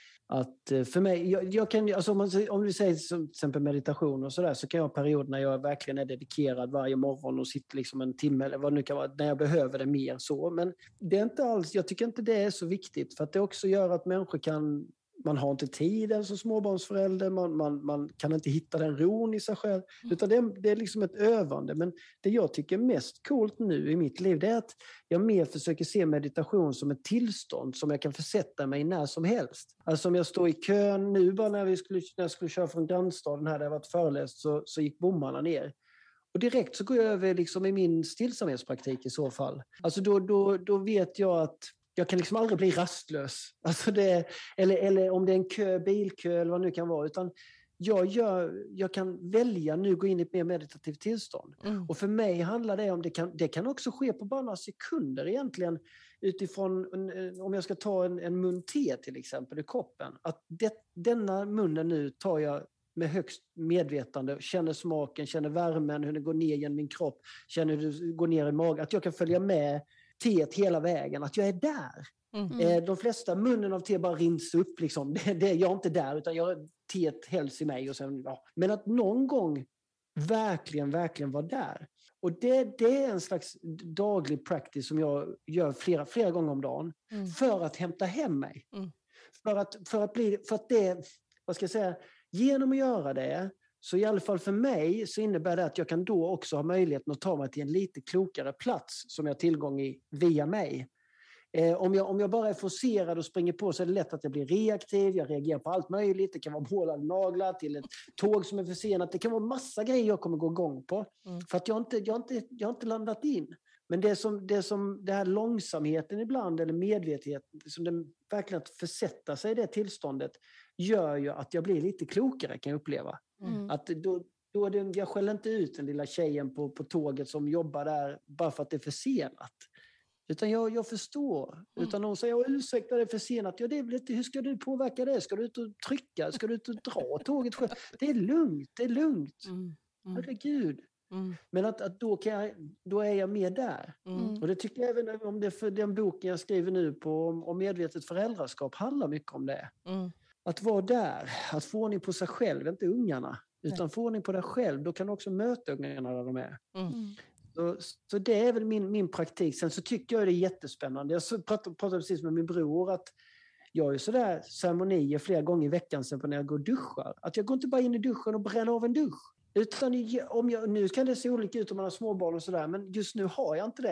Att för mig, jag, jag kan, alltså om, man, om vi säger som till exempel meditation och sådär, så kan jag ha perioder när jag verkligen är dedikerad varje morgon och sitter liksom en timme eller vad det nu kan vara, när jag behöver det mer så. Men det är inte alls, jag tycker inte det är så viktigt, för att det också gör att människor kan, man har inte tiden som småbarnsförälder, man, man, man kan inte hitta den ron i sig själv, utan det är, det är liksom ett övande. Men det jag tycker är mest coolt nu i mitt liv, det är att jag mer försöker se meditation som ett tillstånd som jag kan försätta mig när som helst. Alltså om jag står i kön nu, bara när, vi skulle, när jag skulle köra från grannstaden här där jag varit föreläst, så, så gick bommarna ner. Och direkt så går jag över liksom i min stillsamhetspraktik i så fall. Alltså då, då, då vet jag att jag kan liksom aldrig bli rastlös. Alltså det, eller, eller om det är en kö, bilkö eller vad det nu kan vara. Utan jag, gör, jag kan välja nu gå in i ett mer meditativt tillstånd. Mm. Och för mig handlar det om, det kan, det kan också ske på bara några sekunder egentligen. Utifrån, om jag ska ta en, en mun te till exempel i koppen. Att det, denna munnen nu tar jag med högst medvetande, känner smaken, känner värmen, hur det går ner genom min kropp, känner hur det går ner i magen. Att jag kan följa med teet hela vägen, att jag är där. Mm. Eh, de flesta munnen av te bara rins upp. Liksom. Det, det, jag är inte där, utan jag, teet hälls i mig. Och sen, ja. Men att någon gång verkligen, verkligen vara där. Och det, det är en slags daglig practice som jag gör flera, flera gånger om dagen. Mm. För att hämta hem mig. Mm. För, att, för att bli, för att det, vad ska jag säga, genom att göra det, så i alla fall för mig så innebär det att jag kan då också ha möjligheten att ta mig till en lite klokare plats som jag har tillgång i via mig. Eh, om, jag, om jag bara är forcerad och springer på, så är det lätt att jag blir reaktiv, jag reagerar på allt möjligt. Det kan vara målade naglar till ett tåg som är försenat. Det kan vara massa grejer jag kommer gå igång på. Mm. För att jag inte, jag inte, jag har inte landat in. Men det som, det som det här långsamheten ibland, eller medvetenheten, som den verkligen att försätta sig i det tillståndet, gör ju att jag blir lite klokare, kan jag uppleva. Mm. Att då, då är det, jag skäller inte ut den lilla tjejen på, på tåget som jobbar där bara för att det är försenat. Utan jag, jag förstår. Mm. Utan någon säger, ursäkta, det är försenat. Ja, det är väl inte, hur ska du påverka det? Ska du ut och trycka? Ska du ut och dra tåget själv? Det är lugnt, det är lugnt. Mm. Mm. Herregud. Mm. Men att, att då, kan jag, då är jag med där. Mm. Och det tycker jag även om det, för den boken jag skriver nu på om, om medvetet föräldraskap handlar mycket om det. Mm. Att vara där, att få ordning på sig själv, inte ungarna. Utan Nej. Få ordning på dig själv, då kan du också möta ungarna där de är. Mm. Så, så det är väl min, min praktik. Sen så tycker jag det är jättespännande. Jag pratade, pratade precis med min bror att jag är sådär ceremonier flera gånger i veckan sen på när jag går och duschar. Att jag går inte bara in i duschen och bränner av en dusch. Utan om jag, nu kan det se olika ut om man har småbarn och sådär, men just nu har jag inte det.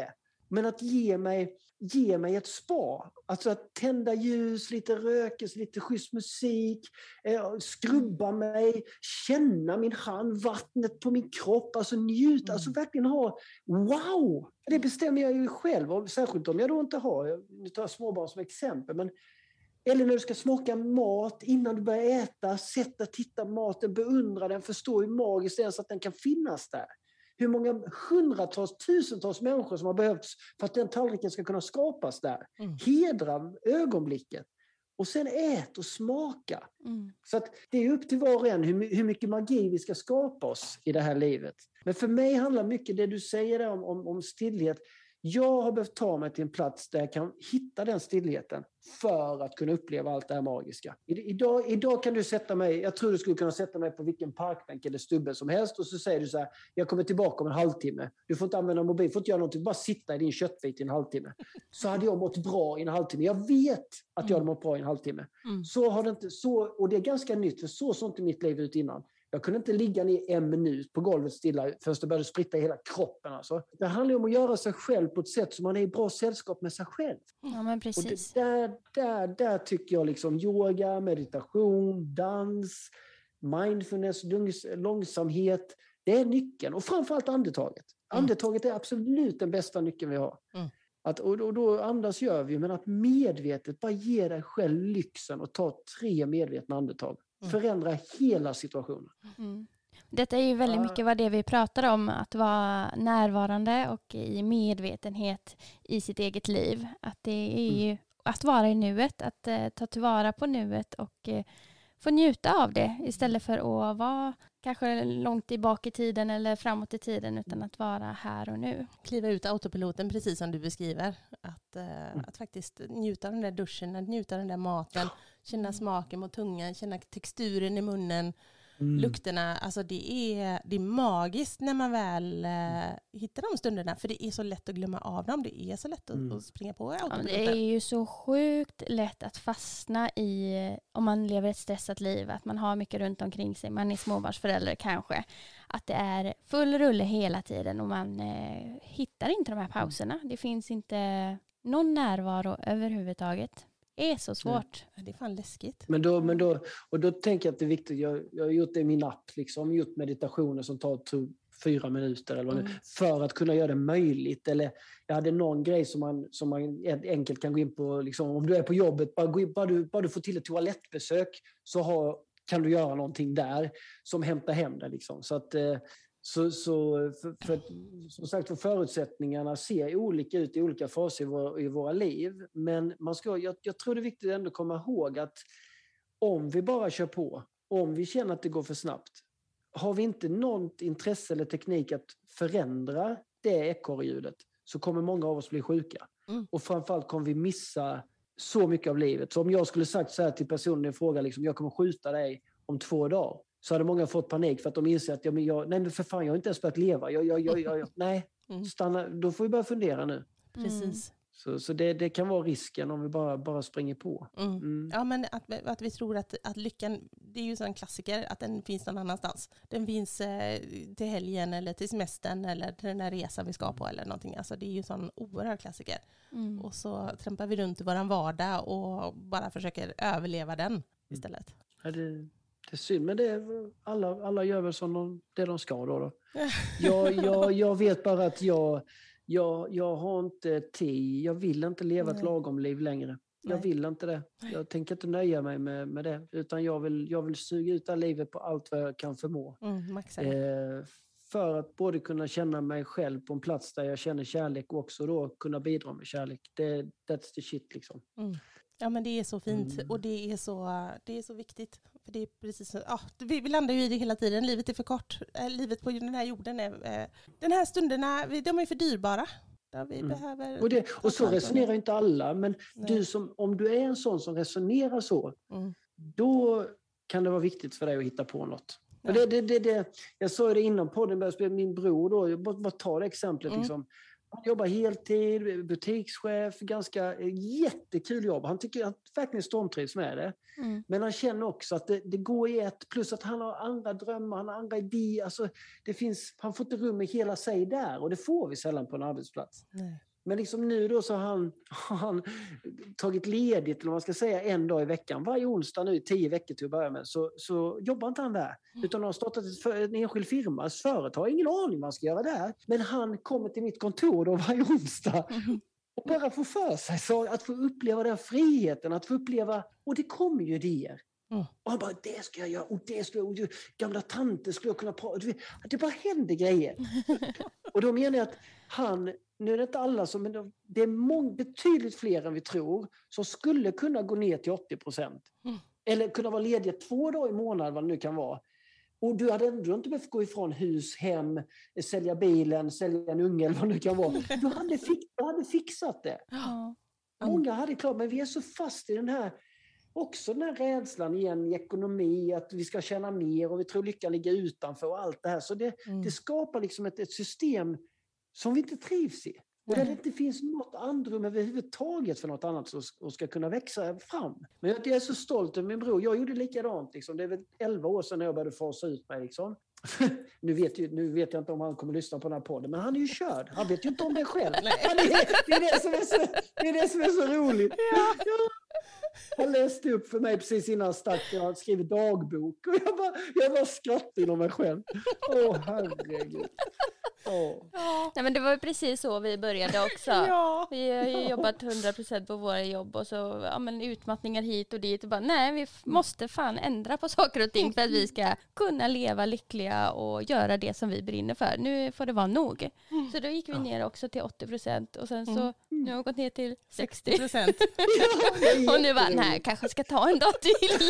Men att ge mig, ge mig ett spa. Alltså att tända ljus, lite rökelse, lite schysst musik, eh, skrubba mig, känna min hand, vattnet på min kropp, alltså njuta, mm. alltså verkligen ha, wow! Det bestämmer jag ju själv, och särskilt om jag då inte har, nu tar jag småbarn som exempel, men eller när du ska smaka mat innan du börjar äta, sätta, titta på maten, beundra den, förstå hur magiskt det är så att den kan finnas där. Hur många hundratals, tusentals människor som har behövts för att den tallriken ska kunna skapas där. Mm. Hedra ögonblicket. Och sen ät och smaka. Mm. Så att det är upp till var och en hur, hur mycket magi vi ska skapa oss i det här livet. Men för mig handlar mycket det du säger där om, om, om stillhet. Jag har behövt ta mig till en plats där jag kan hitta den stillheten för att kunna uppleva allt det här magiska. Idag, idag kan du sätta mig, jag tror du skulle kunna sätta mig på vilken parkbänk eller stubbe som helst och så säger du så här, jag kommer tillbaka om en halvtimme. Du får inte använda mobil, du får inte göra någonting, bara sitta i din köttbit i en halvtimme. Så hade jag mått bra i en halvtimme. Jag vet att jag hade mått bra i en halvtimme. Mm. Så har det inte, så, och det är ganska nytt, för så såg inte mitt liv ut innan. Jag kunde inte ligga ner en minut på golvet stilla först det började spritta i hela kroppen. Alltså. Det handlar om att göra sig själv på ett sätt som man är i bra sällskap med sig själv. Ja, men precis. Och det, där, där, där tycker jag liksom yoga, meditation, dans, mindfulness, lungs, långsamhet, det är nyckeln. Och framförallt andetaget. Mm. Andetaget är absolut den bästa nyckeln vi har. Mm. Att, och, och då andas gör vi, men att medvetet bara ge dig själv lyxen och ta tre medvetna andetag. Mm. Förändra hela situationen. Mm. Detta är ju väldigt mycket vad det vi pratar om, att vara närvarande och i medvetenhet i sitt eget liv. Att det är ju mm. att vara i nuet, att uh, ta tillvara på nuet och uh, få njuta av det istället för att vara kanske långt tillbaka i tiden eller framåt i tiden, utan att vara här och nu. Kliva ut autopiloten precis som du beskriver. Att, uh, mm. att faktiskt njuta av den där duschen, att njuta av den där maten, känna smaken mot tungan, känna texturen i munnen, mm. lukterna. Alltså det är, det är magiskt när man väl uh, hittar de stunderna, för det är så lätt att glömma av dem. Det är så lätt att, mm. att springa på autopiloten. Ja, det är ju så sjukt lätt att fastna i, om man lever ett stressat liv, att man har mycket runt omkring sig, man är småbarnsförälder kanske, att det är full rulle hela tiden och man uh, hittar inte de här pauserna. Det finns inte någon närvaro överhuvudtaget. Det är så svårt. Ja, det är fan läskigt. Men då, men då, och då tänker jag att det är viktigt. Jag, jag har gjort det i min app. Liksom, gjort meditationer som tar to, fyra minuter. Eller vad mm. för att kunna göra det möjligt. Eller jag hade någon grej som man, som man enkelt kan gå in på. Liksom, om du är på jobbet, bara, gå in, bara, du, bara du får till ett toalettbesök så har, kan du göra någonting där som hämtar hem det. Liksom. Så att... Så, så för, för, som sagt, för förutsättningarna ser olika ut i olika faser i, vår, i våra liv. Men man ska, jag, jag tror det är viktigt att ändå komma ihåg att om vi bara kör på, om vi känner att det går för snabbt, har vi inte något intresse eller teknik att förändra det ekorrhjulet, så kommer många av oss bli sjuka. Mm. Och framförallt kommer vi missa så mycket av livet. Så om jag skulle sagt så här till personen i fråga, liksom, jag kommer skjuta dig om två dagar. Så hade många fått panik för att de inser att jag, jag, nej men för fan, jag har inte ens börjat leva. Jag, jag, jag, jag, nej, stanna, då får vi börja fundera nu. Precis. Så, så det, det kan vara risken om vi bara, bara springer på. Mm. Mm. Ja, men att, att vi tror att, att lyckan, det är ju en klassiker, att den finns någon annanstans. Den finns eh, till helgen eller till semestern eller till den här resan vi ska på eller någonting. Alltså det är ju en sån oerhörd klassiker. Mm. Och så trampar vi runt i våran vardag och bara försöker överleva den istället. Ja, det... Det är synd, men det är, alla, alla gör väl som de, det de ska då. då. Jag, jag, jag vet bara att jag, jag, jag har inte tid. Jag vill inte leva ett lagom liv längre. Jag Nej. vill inte det. Jag tänker inte nöja mig med, med det. Utan jag vill, jag vill suga ut det här livet på allt vad jag kan förmå. Mm, eh, för att både kunna känna mig själv på en plats där jag känner kärlek och också då kunna bidra med kärlek. Det, that's the shit liksom. Mm. Ja, men det är så fint mm. och det är så, det är så viktigt. För det är precis så, ja, vi, vi landar ju i det hela tiden. Livet är för kort. Äh, livet på den här jorden är... Äh, den här stunderna, de är för dyrbara. Där vi mm. behöver och, det, och så resonerar inte alla. Men du som, om du är en sån som resonerar så, mm. då kan det vara viktigt för dig att hitta på något. Ja. Det, det, det, det, jag sa det innan podden, min bror då, jag bara, bara tar det exemplet mm. liksom. Han jobbar heltid, butikschef, ganska jättekul jobb. Han tycker att verkligen stormtrivs med det. Mm. Men han känner också att det, det går i ett, plus att han har andra drömmar, han har andra idéer. Alltså, det finns, han får inte rum i hela sig där och det får vi sällan på en arbetsplats. Nej. Men liksom nu då så har han, har han tagit ledigt, eller vad man ska säga, en dag i veckan. Varje onsdag nu i tio veckor till att börja med så, så jobbar inte han där. Utan han har startat ett för, en enskild firma, ett företag. Har ingen aning vad han ska göra där. Men han kommer till mitt kontor då varje onsdag. Och bara få för sig så att få uppleva den friheten, att få uppleva, och det kommer ju idéer. Mm. Och han bara, det ska jag göra, och det ska jag, och gamla tanter skulle jag kunna prata, det bara händer grejer. Och då menar jag att han, nu är det inte alla som, men det är mång, betydligt fler än vi tror som skulle kunna gå ner till åttio procent. Mm. Eller kunna vara lediga två dagar i månaden, vad det nu kan vara. Och du hade ändå inte behövt gå ifrån hus, hem, sälja bilen, sälja en unge eller vad det kan vara. Du hade, fix, du hade fixat det. Mm. Många hade klart, men vi är så fast i den här, också den här rädslan igen i ekonomi, att vi ska tjäna mer och vi tror lyckan ligger utanför och allt det här. Så det, mm. det skapar liksom ett, ett system som vi inte trivs i. Och där det inte finns något andrum överhuvudtaget för något annat som ska kunna växa fram. Men jag är så stolt över min bror. Jag gjorde likadant. Liksom. Det är väl elva år sedan jag började fasa ut mig. Liksom. nu, vet ju, nu vet jag inte om han kommer lyssna på den här podden, men han är ju körd. Han vet ju inte om det själv. Han är, det, är det, som är så, det är det som är så roligt. Ja. Han läste upp för mig precis innan start. Jag har skrivit dagbok. Och jag bara, jag bara skrattade inom mig själv. Åh, herregud. Oh. Ja. Nej, men det var ju precis så vi började också. Ja. Vi har ju jobbat hundra procent på våra jobb och så ja, men utmattningar hit och dit och bara nej, vi f- måste fan ändra på saker och ting för att vi ska kunna leva lyckliga och göra det som vi brinner för. Nu får det vara nog. Mm. Så då gick vi ner också till åttio procent och sen så mm. nu har vi gått ner till sextio procent. Ja, och nu bara nej, kanske ska ta en dag till.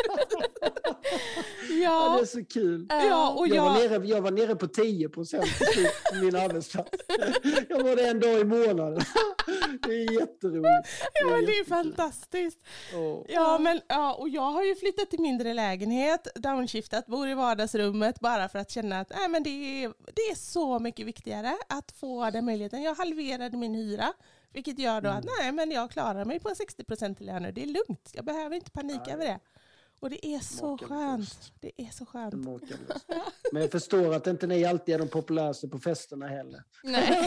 Ja. Ja, det är så kul. Ja, och jag, jag... Var nere, jag var nere på tio procent på min arbetsplats. Jag var det en dag i månaden. Det är jätteroligt. Ja, men det är fantastiskt. Oh. Ja, men, ja, och jag har ju flyttat till mindre lägenhet, downshiftat, bor i vardagsrummet bara för att känna att nej, men det, är, det är så mycket viktigare att få den möjligheten. Jag halverade min hyra, vilket gör då mm. att nej, men jag klarar mig på sextio procent till nu. Det är lugnt. Jag behöver inte panika nej. över det. Och det är så skönt. Det är så skönt. Men jag förstår att inte ni alltid är de populäraste på festerna heller. Nej.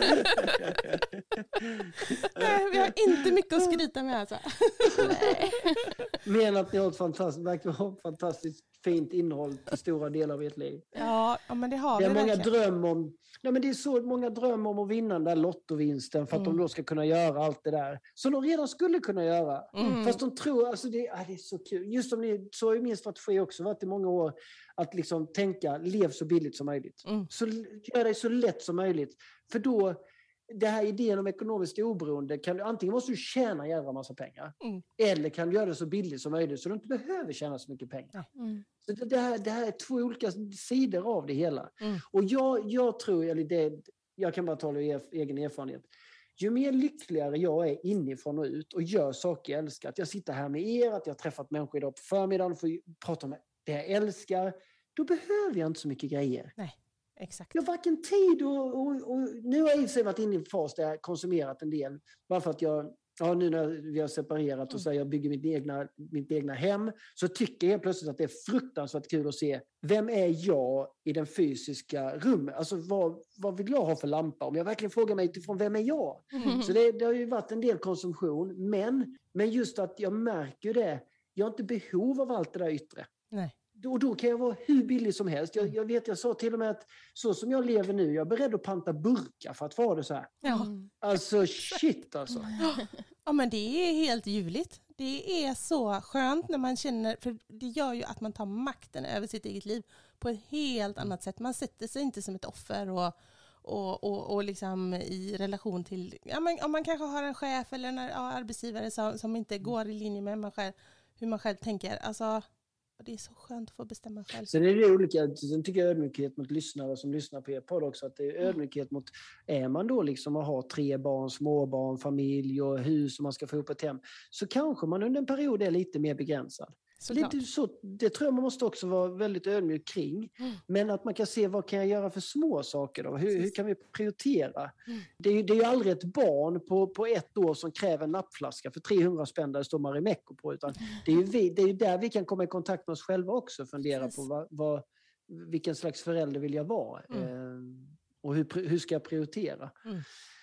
Nej, vi har inte mycket att skryta med alltså. Nej. Men att ni har ett fantastiskt, verkligen har ett fantastiskt fint innehåll till stora delar av ert liv. Ja, ja men det har vi. Det är vi många verkligen. dröm om, ja, men det är så många dröm om att vinna den där lottovinsten för att mm. de då ska kunna göra allt det där som de redan skulle kunna göra. Mm. Fast de tror, alltså det, ja, det är så kul. Just som ni, så är min strategi också varit i många år att liksom tänka, lev så billigt som möjligt. Mm. Så gör det så lätt som möjligt. För då, det här idén om ekonomiskt oberoende, kan du, antingen måste du tjäna en jävla massa pengar mm. eller kan du göra det så billigt som möjligt så du inte behöver tjäna så mycket pengar. Mm. Så det, det, här, det här är två olika sidor av det hela. Mm. Och jag, jag tror, eller det, jag kan bara tala av egen erfarenhet, ju mer lyckligare jag är inifrån och ut och gör saker jag älskar, att jag sitter här med er, att jag har träffat människor idag på förmiddagen och får prata om det jag älskar, då behöver jag inte så mycket grejer. Nej. Exakt. Jag har varken tid och, och, och nu har jag i sig varit inne i en fas där jag har konsumerat en del. Bara för att jag, ja, nu när vi har separerat och så jag bygger mitt egna, mitt egna hem, så tycker jag plötsligt att det är fruktansvärt kul att se vem är jag i den fysiska rummet. Alltså vad, vad vill jag ha för lampa? Om jag verkligen frågar mig utifrån vem är jag? Mm. Så det, det har ju varit en del konsumtion. Men, men just att jag märker det, jag har inte behov av allt det där yttre. Nej. Och då kan jag vara hur billig som helst. Jag, jag vet, jag sa till och med att så som jag lever nu, jag är beredd att panta burkar för att få det så här. Ja. Alltså shit alltså. Ja, men det är helt ljuvligt. Det är så skönt när man känner, för det gör ju att man tar makten över sitt eget liv på ett helt annat sätt. Man sätter sig inte som ett offer och, och, och, och liksom i relation till, ja, man, om man kanske har en chef eller en ja, arbetsgivare som, som inte går i linje med man själv, hur man själv tänker. Alltså, det är så skönt att få bestämma själv. Sen är det olika, sen tycker jag ödmjukhet mot lyssnare som lyssnar på er podd också, att det är ödmjukhet mot, är man då liksom att ha tre barn, småbarn, familj och hus och man ska få ihop ett hem, så kanske man under en period är lite mer begränsad. Det, så, det tror jag man måste också vara väldigt ödmjuk kring. Mm. Men att man kan se vad kan jag göra för små saker då? Hur, hur kan vi prioritera? Mm. Det, är, det är ju aldrig ett barn på, på ett år som kräver en nappflaska för trehundra spänn där det står Marimekko på. Utan det är ju vi, det är ju där vi kan komma i kontakt med oss själva också och fundera Precis. på vad, vad, vilken slags förälder vill jag vara? Mm. Eh, och hur, hur ska jag prioritera? Mm.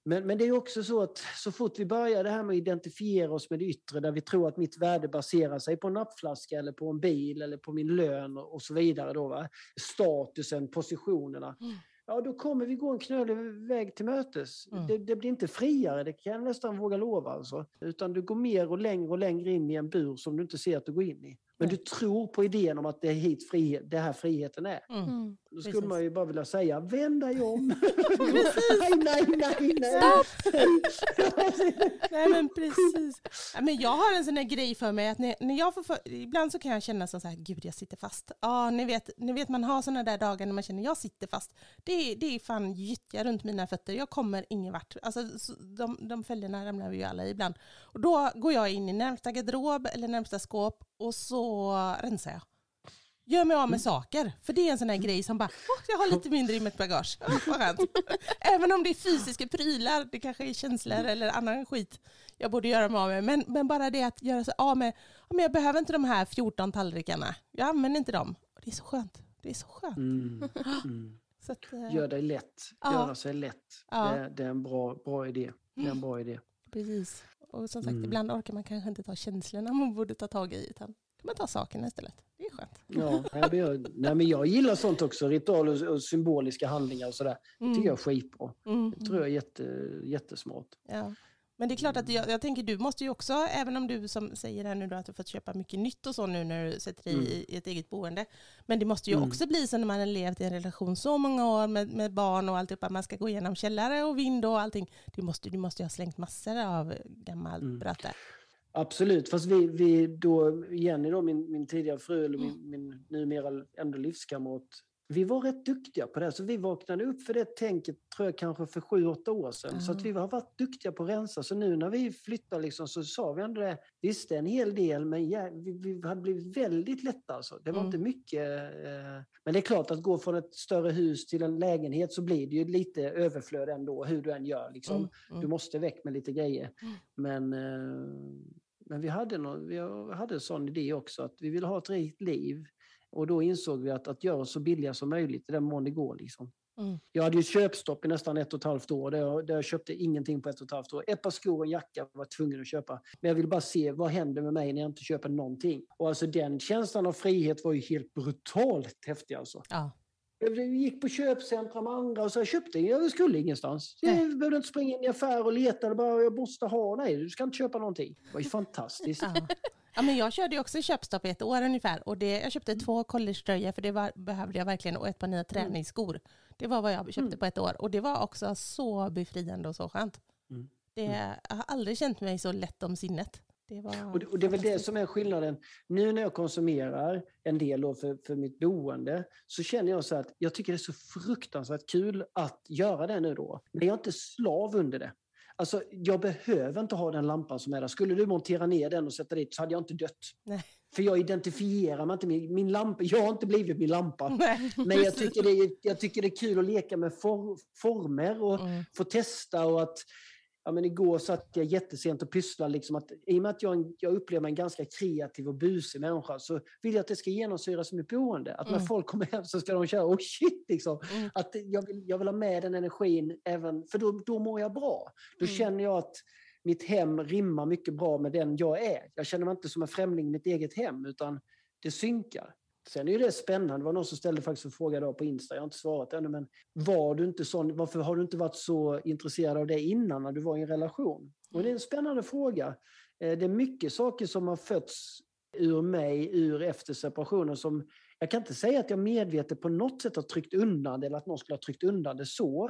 Men, men det är också så att så fort vi börjar det här med att identifiera oss med det yttre, där vi tror att mitt värde baserar sig på en nappflaska eller på en bil eller på min lön och, och så vidare då, va? Statusen, positionerna. Mm. Ja, då kommer vi gå en knölig väg till mötes. Mm. Det, det blir inte friare, det kan jag nästan våga lova. Alltså. Utan du går mer och längre och längre in i en bur som du inte ser att du går in i. Men mm. du tror på idén om att det är hit frihet, det här friheten är. Mm. Då skulle Precis. Man ju bara vilja säga, vänd dig om. nej, nej, nej, nej. Stopp! nej, men precis. Men jag har en sån här grej för mig att när, när jag får för, ibland så kan jag känna så här, gud jag sitter fast. Ja, ni vet, ni vet man har såna där dagar när man känner, jag sitter fast. Det, det är fan gyttja runt mina fötter. Jag kommer ingen vart. Alltså de, de fällorna ramlar vi ju alla i ibland. Och då går jag in i närmsta garderob eller närmsta skåp och så rensar jag. Gör mig av med saker. För det är en sån här grej som bara, oh, jag har lite mindre i mitt bagage. Oh, vad skönt. Även om det är fysiska prylar, det kanske är känslor eller annan skit jag borde göra mig av med. Men, men bara det att göra sig av med, oh, men jag behöver inte de här fjorton tallrikarna. Jag använder inte dem. Och det är så skönt. Det är så skönt. Mm. Mm. Så att, uh, Gör dig lätt. Ja. Göra sig lätt. Ja. Det, det är en bra, bra idé. Det är en bra idé. Precis. Och som sagt, mm. ibland orkar man kanske inte ta känslorna man borde ta tag i, utan kan man ta sakerna istället. Det är skönt. Ja, jag, nej, men jag gillar sånt också. Ritual och, och symboliska handlingar och sådär. Mm. Det tycker jag är skitbra. Mm. Det tror jag är jätte, jättesmart. Ja. Men det är klart att jag, jag tänker, du måste ju också, även om du som säger här nu då att du fått köpa mycket nytt och så nu när du sätter dig mm. i, i ett eget boende. Men det måste ju mm. också bli så när man har levt i en relation så många år med, med barn och allt upp, att man ska gå igenom källare och vind och allting. Du måste, du måste ju ha slängt massor av gammalt mm. bröte. Absolut, fast vi, vi då, Jenny då, min, min tidigare fru, eller min, min numera ändå livskamrat, vi var rätt duktiga på det. Så vi vaknade upp för det tänket, tror jag, kanske för sju, åtta år sedan. Mm. Så att vi har varit duktiga på att rensa. Så nu när vi flyttar liksom, så sa vi ändå det. Visst, det är en hel del, men ja, vi, vi hade blivit väldigt lätta. Alltså. Det var mm. inte mycket. Eh, men det är klart att gå från ett större hus till en lägenhet så blir det ju lite överflöd ändå, hur du än gör. Liksom. Mm. Mm. Du måste väck med lite grejer. Mm. Men... Eh, Men vi hade, någon, vi hade en sån idé också, att vi ville ha ett rikt liv. Och då insåg vi att, att göra oss så billiga som möjligt i den mån det går. Liksom. Mm. Jag hade ju köpstopp i nästan ett och ett halvt år. Där jag, där jag köpte ingenting på ett och ett halvt år. Ett par skor och en jacka var tvungen att köpa. Men jag ville bara se vad händer med mig när jag inte köper någonting. Och alltså den känslan av frihet var ju helt brutalt häftig alltså. Ja. Jag gick på köpcentra med andra och så jag köpte, jag skulle ingenstans. Jag Nej. behövde inte springa in i affär och leta, bara jag måste ha, nej du ska inte köpa någonting. Det var ju fantastiskt. Ja. Ja, men jag körde ju också köpstopp i ett år ungefär och det, jag köpte mm. två collegetröjor för det var, behövde jag verkligen och ett par nya träningsskor. Det var vad jag köpte mm. på ett år och det var också så befriande och så skönt. Mm. Det, jag har aldrig känt mig så lätt om sinnet. Det var och, det, och det är väl det som är skillnaden. Nu när jag konsumerar en del för, för mitt boende så känner jag så att jag tycker det är så fruktansvärt kul att göra det nu då. Men jag är inte slav under det. Alltså jag behöver inte ha den lampan som är där. Skulle du montera ner den och sätta dit så hade jag inte dött. Nej. För jag identifierar mig inte med min lampa. Jag har inte blivit min lampa. Nej. Men jag tycker, det är, jag tycker det är kul att leka med for, former och mm. få testa och att ja, men igår satt jag jättesent och pysslade liksom att i och med att jag, jag upplever mig en ganska kreativ och busig människa så vill jag att det ska genomsyras som ett boende. Att mm. när folk kommer hem så ska de köra, oh shit liksom. Mm. Att jag vill, jag vill ha med den energin även, för då, då mår jag bra. Då mm. känner jag att mitt hem rimmar mycket bra med den jag är. Jag känner mig inte som en främling i mitt eget hem utan det synkar. Sen är ju det spännande. Det var någon som ställde faktiskt en fråga då på Insta. Jag har inte svarat ännu, men var du inte sån, varför har du inte varit så intresserad av det innan när du var i en relation? Och det är en spännande fråga. Det är mycket saker som har fötts ur mig, ur efter separationen som jag kan inte säga att jag medvetet på något sätt har tryckt undan det eller att någon skulle ha tryckt undan det så.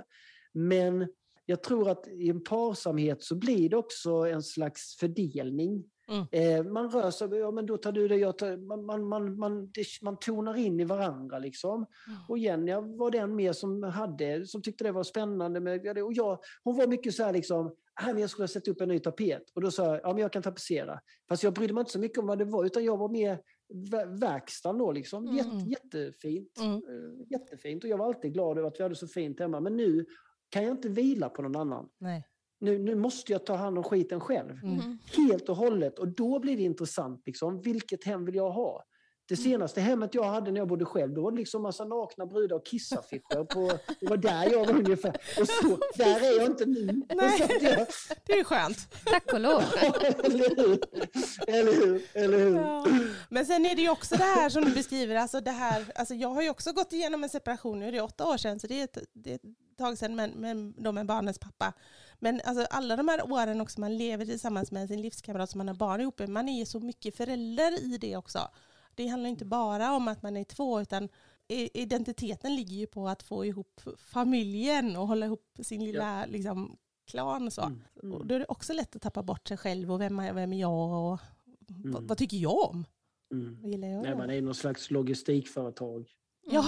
Men jag tror att i en parsamhet så blir det också en slags fördelning. Mm. Eh, man rör sig, ja men då tar du det, jag tar, man, man, man, man, det, man tonar in i varandra liksom. Mm. Och Jenny var den mer som hade, som tyckte det var spännande med, och jag, hon var mycket så här liksom, här, jag skulle sätta upp en ny tapet och då sa jag, ja men jag kan tapetsera. Fast jag brydde mig inte så mycket om vad det var utan jag var mer verkstaden då liksom, mm. Jätte, jättefint mm. uh, jättefint och jag var alltid glad över att vi hade så fint hemma, men nu kan jag inte vila på någon annan. Nej. Nu, nu måste jag ta hand om skiten själv. Mm. Helt och hållet. Och då blir det intressant. Liksom, vilket hem vill jag ha? Det senaste hemmet jag hade när jag bodde själv, då var det liksom massa nakna brudar och kissaffischer på, det var där jag var ungefär. Och så, där är jag inte nu. Nej, så jag, det är skönt. Tack och lov. eller hur? Eller hur? Eller hur? Ja. Men sen är det ju också det här som du beskriver, alltså det här, alltså jag har ju också gått igenom en separation nu, det är åtta år sedan, så det är ett, det är ett tag sedan med, med, då med barnens pappa. Men alltså alla de här åren också man lever tillsammans med sin livskamrat som man har barn ihop med, man är ju så mycket förälder i det också. Det handlar inte bara om att man är två, utan identiteten ligger ju på att få ihop familjen och hålla ihop sin lilla ja. liksom, klan och så. Mm. Mm. Och då är det också lätt att tappa bort sig själv och vem är, vem är jag och mm. vad, vad tycker jag om? Mm. Vad gillar jag? Nej, man är någon slags logistikföretag. Ja.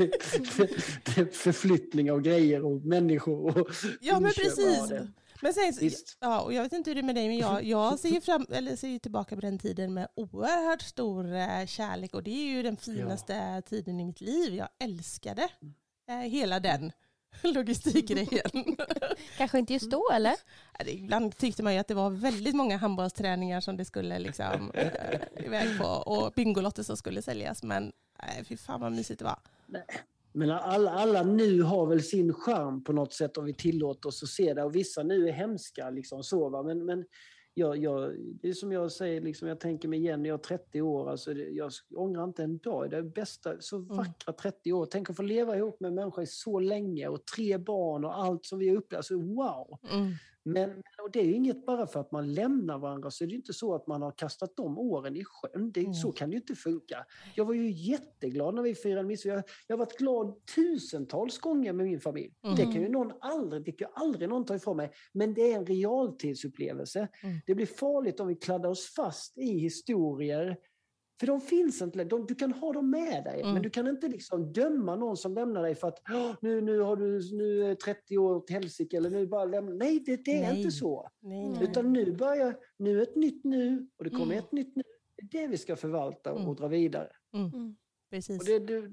Förflyttning av grejer och människor. Och ja, men precis. Men sen, ja, och jag vet inte hur det är med dig, men jag, jag ser ju fram, eller ser ju tillbaka på den tiden med oerhört stor eh, kärlek, och det är ju den finaste ja. tiden i mitt liv. Jag älskade eh, hela den logistikgrejen. Kanske inte just då, eller? Ibland tyckte man ju att det var väldigt många handbollsträningar som det skulle liksom äh, iväg på, och bingolotter som skulle säljas, men nej, fy fan vad mysigt det var. Nej. Men alla, alla nu har väl sin charm på något sätt, om vi tillåter oss att se det, och vissa nu är hemska liksom så, va? Men, men jag, jag, det är som jag säger, liksom, jag tänker mig igen när jag är trettio år, alltså det, jag ångrar inte en dag, det är bästa, så vackra trettio år, tänk att få leva ihop med en människa i så länge, och tre barn och allt som vi har upplevt, alltså wow! Mm. Men och det är ju inget bara för att man lämnar varandra, så är det inte så att man har kastat de åren i sjön. Det, mm. Så kan det ju inte funka. Jag var ju jätteglad när vi firade midsommar. Jag, jag har varit glad tusentals gånger med min familj. Mm. Det kan ju någon aldrig, det kan ju aldrig någon ta ifrån mig. Men det är en realtidsupplevelse. Mm. Det blir farligt om vi kladdar oss fast i historier. För de finns inte, de, du kan ha dem med dig, mm. men du kan inte liksom döma någon som lämnar dig för att nu, nu har du nu är trettio år till helsike, eller nu bara lämna. Nej, det, det är nej. inte så. Nej, nej. Utan nu börjar, nu är ett nytt nu, och det kommer mm. ett nytt nu. Det är det vi ska förvalta och mm. dra vidare. Mm. Mm. Precis. Och det, det,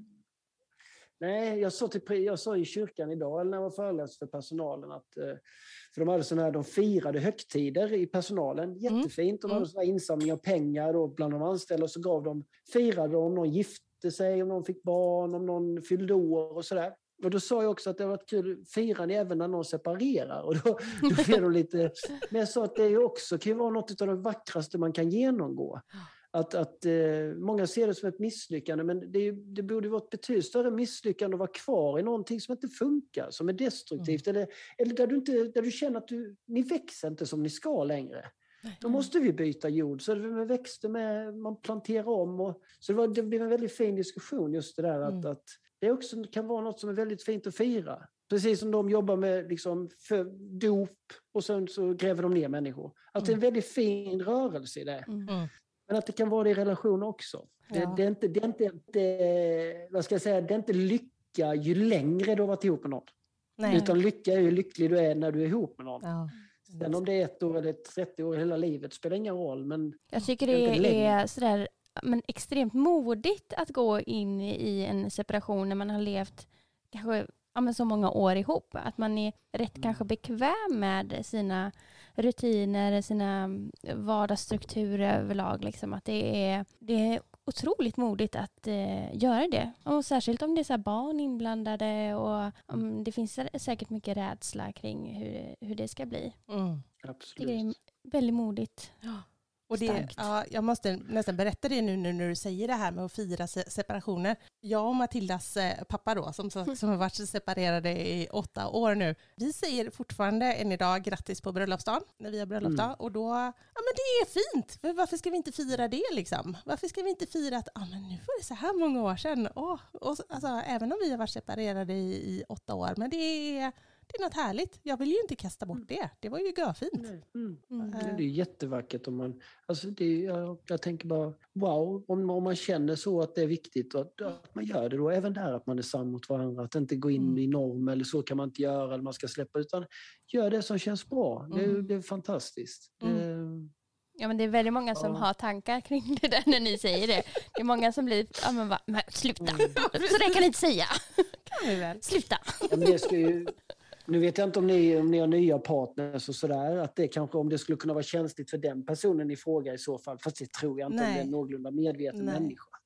nej, jag sa, till, jag sa i kyrkan idag, eller när jag var föreläst för personalen, att för de hade såna här, de firade högtider i personalen, jättefint. De hade mm. såna här insamling av pengar då bland de anställda, och så gav de, firade om någon gifte sig, om någon fick barn, om någon fyllde år och sådär. Och då sa jag också att det har varit kul, firar ni även när någon separerar? Och då, då blev de lite, men jag sa att det är också kan ju vara något av det vackraste man kan genomgå. Att, att eh, många ser det som ett misslyckande, men det, det borde vara ett betydligt större misslyckande att vara kvar i någonting som inte funkar, som är destruktivt, mm. eller, eller där, du inte, där du känner att du, ni växer inte som ni ska längre. Nej. Då måste vi byta jord, så det med växter med, man planterar om. Och, så det, var, det blev en väldigt fin diskussion just det där, mm. att, att det också kan vara något som är väldigt fint att fira. Precis som de jobbar med liksom, för dop, och sen så gräver de ner människor. Att mm. det är en väldigt fin rörelse i det. Mm. Men att det kan vara det i relationer också. Ja. Det, det, är inte, det, är inte, det, vad ska jag säga, det är inte lycka ju längre du har varit ihop med någon. Nej. Utan lycka är ju lycklig du är när du är ihop med någon. Ja. Sen om det är ett år eller trettio år hela livet spelar ingen roll. Men jag tycker det, det är, är sådär, men extremt modigt att gå in i en separation när man har levt kanske ja, men så många år ihop. Att man är rätt mm. kanske bekväm med sina rutiner, sina vardagsstrukturer överlag. Liksom. Att det är, det är otroligt modigt att eh, göra det. Och särskilt om det är så här barn inblandade, och um, det finns säkert mycket rädsla kring hur, hur det ska bli. Mm. Absolut. Det är väldigt modigt. Ja. Och det, ja, jag måste nästan berätta det nu, nu när du säger det här med att fira se- separationer. Jag och Matildas eh, pappa då, som, som har varit separerade i åtta år nu. Vi säger fortfarande än idag grattis på bröllopsdagen, när vi har bröllopsdag. Mm. Och då, ja men det är fint. För varför ska vi inte fira det liksom? Varför ska vi inte fira att, ja men nu var det så här många år sedan. Oh, och, alltså, även om vi har varit separerade i, i åtta år. Men det är... Det är något härligt. Jag vill ju inte kasta bort det. Det var ju görfint. Mm. Mm. Det är jättevackert. Om man, alltså det, jag, jag tänker bara, wow, om, om man känner så att det är viktigt, och att, att man gör det då. Även där att man är sann mot varandra. Att inte gå in mm. i norm, eller så kan man inte göra, eller man ska släppa. Utan gör det som känns bra. Det, mm. det är fantastiskt. Mm. Det, ja, men det är väldigt många som ja. har tankar kring det där när ni säger det. Det är många som blir, ja men va, men sluta. Mm. Så det kan ni inte säga. Kan vi väl? Sluta. Ja, men det ska ju... Nu vet jag inte om ni, om ni har nya partners och sådär, att det kanske, om det skulle kunna vara känsligt för den personen i fråga i så fall, fast det tror jag inte. Nej. Om det är en någorlunda medveten Nej. människa.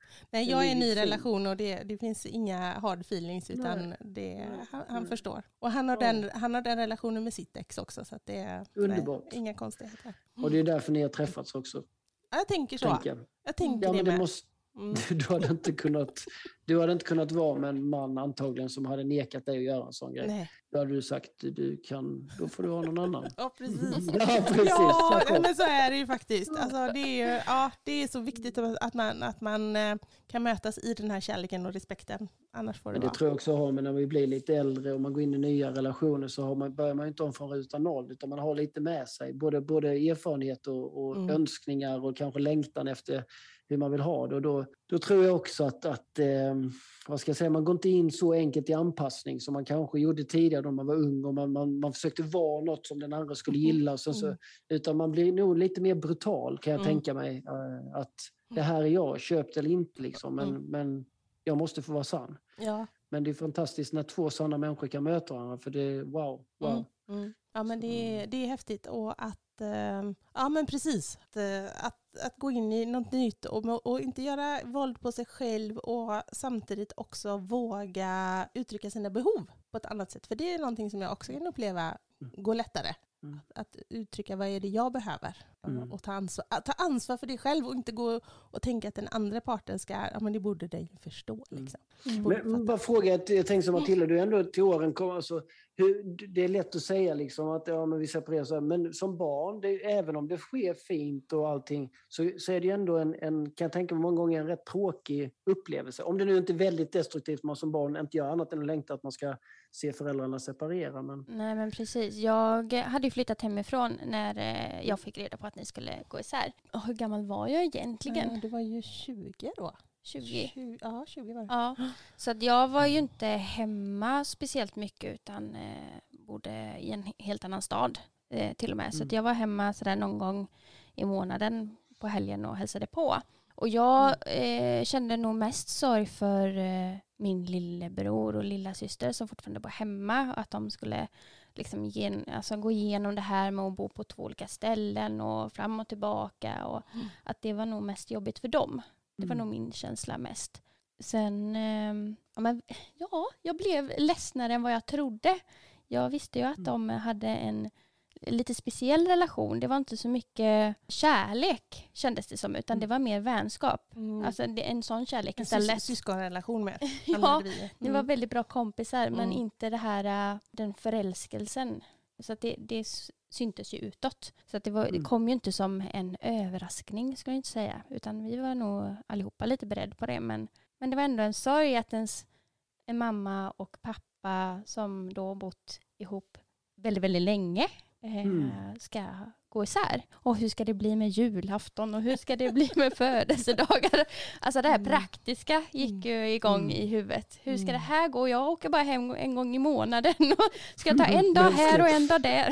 Nej, jag är i en ny relation och det, det finns inga hard feelings utan det, han, han förstår. Och han har, ja. den, han har den relationen med sitt ex också så att det är underbart. Nej, inga konstigheter. Mm. Och det är därför ni har träffats också. Ja, jag tänker så. Tänker. Jag tänker ja, det men det med. Måste, mm. du, hade inte kunnat, du hade inte kunnat vara med en man antagligen som hade nekat dig att göra en sån grej. Nej. Då hade du sagt, du kan, då får du ha någon annan. Ja, precis. ja, precis. Ja, men så är det ju faktiskt. Alltså, det, är, ja, det är så viktigt att man, att man kan mötas i den här kärleken och respekten. Annars får det men det vara. tror jag också har, men när vi blir lite äldre och man går in i nya relationer så har man, börjar man inte om från ruta noll utan man har lite med sig. Både, både erfarenhet och, och mm. önskningar och kanske längtan efter hur man vill ha det. Och då, då tror jag också att, att eh, vad ska jag säga, man går inte in så enkelt i anpassning som man kanske gjorde tidigare då man var ung och man, man, man försökte vara något som den andra skulle gilla. Och så, mm. så, utan man blir nog lite mer brutal kan jag mm. tänka mig. Eh, att det här är jag, köpt eller inte liksom. Men, mm. men jag måste få vara sann. Ja. Men det är fantastiskt när två sanna människor kan möta varandra. För det är wow, wow. Mm. Mm. Ja men det är, det är häftigt. Och att, äh, ja men precis. Att, att, att gå in i något nytt och, och inte göra våld på sig själv. Och samtidigt också våga uttrycka sina behov på ett annat sätt. För det är någonting som jag också kan uppleva går lättare. Mm. Att, att uttrycka vad är det jag behöver. Mm. Och ta ansvar, ta ansvar för det själv och inte gå och tänka att den andra parten ska, ja men det borde dig förstå. Liksom. Mm. Men bara fråga, jag tänkte som Matilda, du är ändå till åren kommer, alltså, hur, det är lätt att säga liksom att ja, men vi separerar så här, men som barn, det, även om det sker fint och allting, så, så är det ändå en, en, kan jag tänka mig många gånger, en rätt tråkig upplevelse. Om det nu inte är väldigt destruktivt, man som barn inte gör annat än att längta att man ska se föräldrarna separera. Men... Nej men precis, jag hade ju flyttat hemifrån när jag fick reda på att ni skulle gå isär. Och hur gammal var jag egentligen? Ja, du var ju tjugo då. tjugo. tjugo ja, tjugo var det. Ja, så att jag var ju inte hemma speciellt mycket utan eh, bodde i en helt annan stad eh, till och med. Mm. Så att jag var hemma sådär någon gång i månaden på helgen och hälsade på. Och jag eh, kände nog mest sorg för eh, min lillebror och lilla syster som fortfarande bor hemma. Att de skulle liksom gen, alltså, gå igenom det här med att bo på två olika ställen och fram och tillbaka. Och mm. att det var nog mest jobbigt för dem. Det var mm. nog min känsla mest. Sen, eh, ja, men, ja, jag blev ledsnare än vad jag trodde. Jag visste ju att mm. de hade en lite speciell relation. Det var inte så mycket kärlek kändes det som, utan det var mer vänskap. Mm. Alltså det, en sån kärlek en istället. En syskonrelation med. Ja, mm. det var väldigt bra kompisar, mm. men inte det här, den förälskelsen. Så att det, det syntes ju utåt. Så att det, var, mm. det kom ju inte som en överraskning, ska jag inte säga. Utan vi var nog allihopa lite beredda på det. Men, men det var ändå en sorg att ens en mamma och pappa som då bott ihop väldigt, väldigt länge Mm. ska gå isär. Och hur ska det bli med julafton och hur ska det bli med födelsedagar? Alltså det här mm. praktiska gick ju igång mm. i huvudet. Hur ska det här gå? Jag åker bara hem en gång i månaden och ska ta en dag här och en dag där.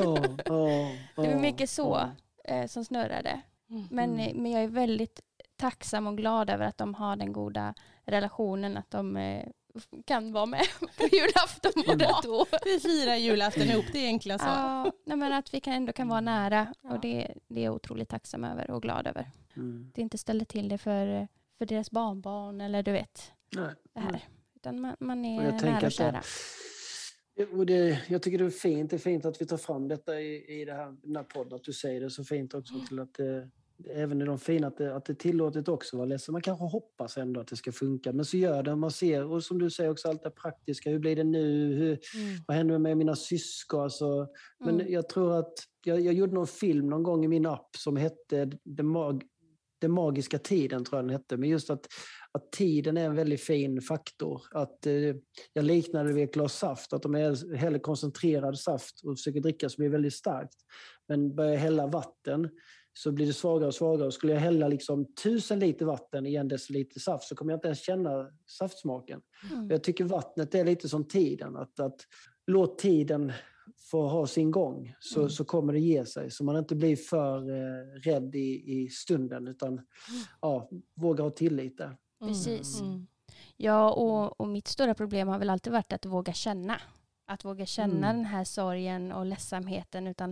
Det var mycket så eh, som snurrade. Men, men jag är väldigt tacksam och glad över att de har den goda relationen, att de eh, kan vara med på julafton båda två. Vi firar julafton ihop, det är enkla så. Ja, nej, men att vi kan ändå kan vara nära. Ja. Och det, det är jag otroligt tacksam över och glad över. Mm. Det inte ställer till det för, för deras barnbarn eller du vet. Nej, det här. Nej. Utan man, man är jag nära och kära. Och det, jag tycker det är fint, det är fint att vi tar fram detta i, i det här, den här podden. Att du säger det så fint också till att det, även i de fina att det, att det är tillåtet också vara ledsen. Man kanske hoppas ändå att det ska funka, men så gör det. Man ser, och som du säger också, allt det praktiska. Hur blir det nu? Hur, mm. Vad händer med mina syskon? Alltså, men mm. jag tror att jag, jag gjorde någon film någon gång i min app som hette Den mag, Den magiska tiden, tror jag den hette. Men just att, att tiden är en väldigt fin faktor. Att, eh, jag liknade det vid ett glas saft. Att om jag häller koncentrerad saft och försöker dricka så blir det väldigt starkt. Men börjar jag hälla vatten så blir det svagare och svagare. Och skulle jag hälla liksom tusen liter vatten i en deciliter saft så kommer jag inte ens känna saftsmaken. Mm. Jag tycker vattnet är lite som tiden. Att, att låt tiden få ha sin gång så, mm. så kommer det ge sig. Så man inte blir för eh, rädd i, i stunden utan mm. ja, våga ha tillit där. Precis. Mm. Ja, och, och mitt stora problem har väl alltid varit att våga känna. Att våga känna mm. den här sorgen och ledsamheten utan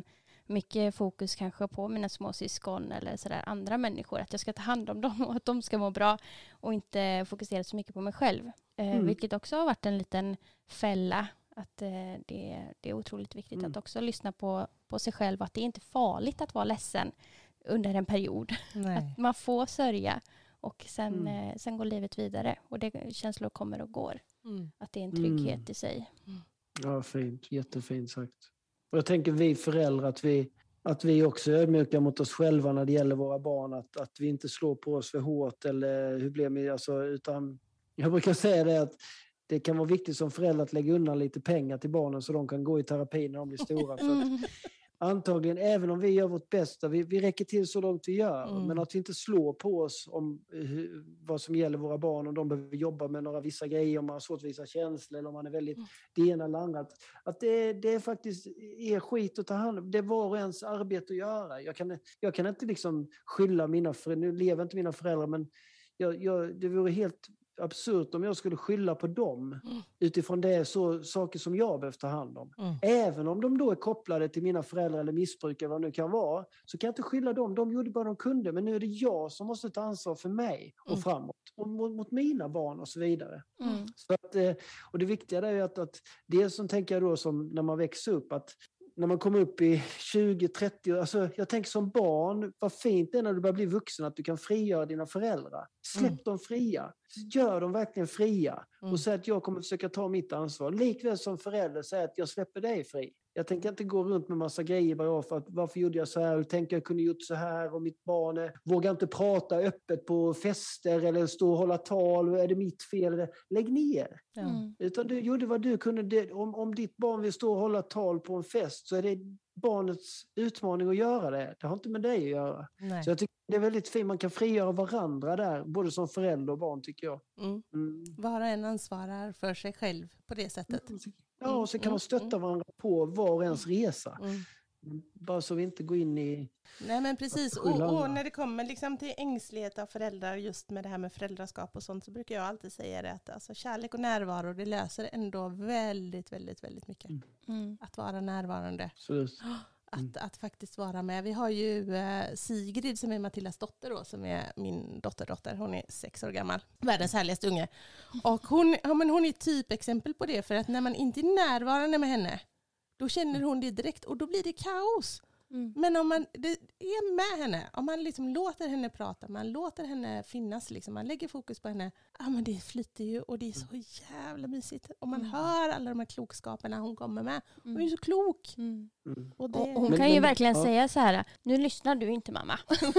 mycket fokus kanske på mina små syskon eller sådär andra människor. Att jag ska ta hand om dem och att de ska må bra och inte fokusera så mycket på mig själv. Eh, Mm. Vilket också har varit en liten fälla. Att eh, det, det är otroligt viktigt Mm. att också lyssna på, på sig själv. Att det är inte farligt att vara ledsen under en period. Nej. Att man får sörja och sen, Mm. eh, sen går livet vidare. Och det känslor kommer och går. Mm. Att det är en trygghet Mm. i sig. Ja, fint. Jättefint sagt. Och jag tänker vi föräldrar att vi, att vi också är ödmjuka mot oss själva när det gäller våra barn. Att, att vi inte slår på oss för hårt eller hur blir det? Alltså, utan jag brukar säga det att det kan vara viktigt som förälder att lägga undan lite pengar till barnen så de kan gå i terapi när de blir stora. För att Mm. antagligen, även om vi gör vårt bästa, vi, vi räcker till så långt vi gör, Mm. men att vi inte slår på oss om hur, vad som gäller våra barn, om de behöver jobba med några vissa grejer, om man har svårt att visa känslor eller om man är väldigt Mm. det ena eller andra. Att, att det, det är faktiskt er skit att ta hand om. Det är var och ens arbete att göra. Jag kan, jag kan inte liksom skylla mina föräldrar, nu lever inte mina föräldrar, men jag, jag, det vore helt absurt om jag skulle skylla på dem Mm. utifrån det så, saker som jag behöver ta hand om. Mm. Även om de då är kopplade till mina föräldrar eller missbrukare, vad det nu kan vara, så kan jag inte skylla dem. De gjorde bara de kunde, men nu är det jag som måste ta ansvar för mig och Mm. framåt. Och mot, mot mina barn och så vidare. Mm. Så att, eh, och det viktiga är ju att, att det som tänker jag då som när man växer upp, att när man kommer upp i tjugo trettio, alltså jag tänker som barn, vad fint det är när du börjar bli vuxen att du kan frigöra dina föräldrar. Släpp Mm. dem fria. Gör dem verkligen fria. Mm. Och säg att jag kommer försöka ta mitt ansvar. Likväl som förälder säger att jag släpper dig fri. Jag tänker inte gå runt med massa grejer bara för att varför gjorde jag så här? Hur tänker jag kunde gjort så här? Och mitt barn är, vågar inte prata öppet på fester eller stå och hålla tal. Är det mitt fel? Lägg ner. Ja. Mm. Utan du gjorde vad du kunde. Det, om, om ditt barn vill stå och hålla tal på en fest så är det barnets utmaning att göra det. Det har inte med dig att göra. Nej. Så jag tycker det är väldigt fint. Man kan frigöra varandra där. Både som förälder och barn tycker jag. Mm. Mm. Var och en ansvarar för sig själv på det sättet. Ja, och så kan Mm, man stötta varandra på var och ens resa. Mm. Bara så vi inte går in i... Nej men precis, och, Skylla och andra. när det kommer liksom till ängslighet av föräldrar just med det här med föräldraskap och sånt så brukar jag alltid säga det att alltså, kärlek och närvaro det löser ändå väldigt, väldigt, väldigt mycket. Mm. Mm. Att vara närvarande, Absolut. att, Mm. att faktiskt vara med. Vi har ju eh, Sigrid som är Matildas dotter då, som är min dotterdotter. Hon är sex år gammal, världens härligaste unge. Och hon, ja, men hon är typ exempel på det, för att när man inte är närvarande med henne då känner hon det direkt och då blir det kaos. Mm. Men om man det är med henne, om man liksom låter henne prata, man låter henne finnas, liksom, man lägger fokus på henne, ja men det flyter ju och det är så jävla mysigt. Och man Mm. hör alla de här klokskaperna hon kommer med. Hon är Mm. så klok. Mm. Mm. Och det, Och hon Men- kan ju men- verkligen ja. säga så här, nu lyssnar du inte mamma.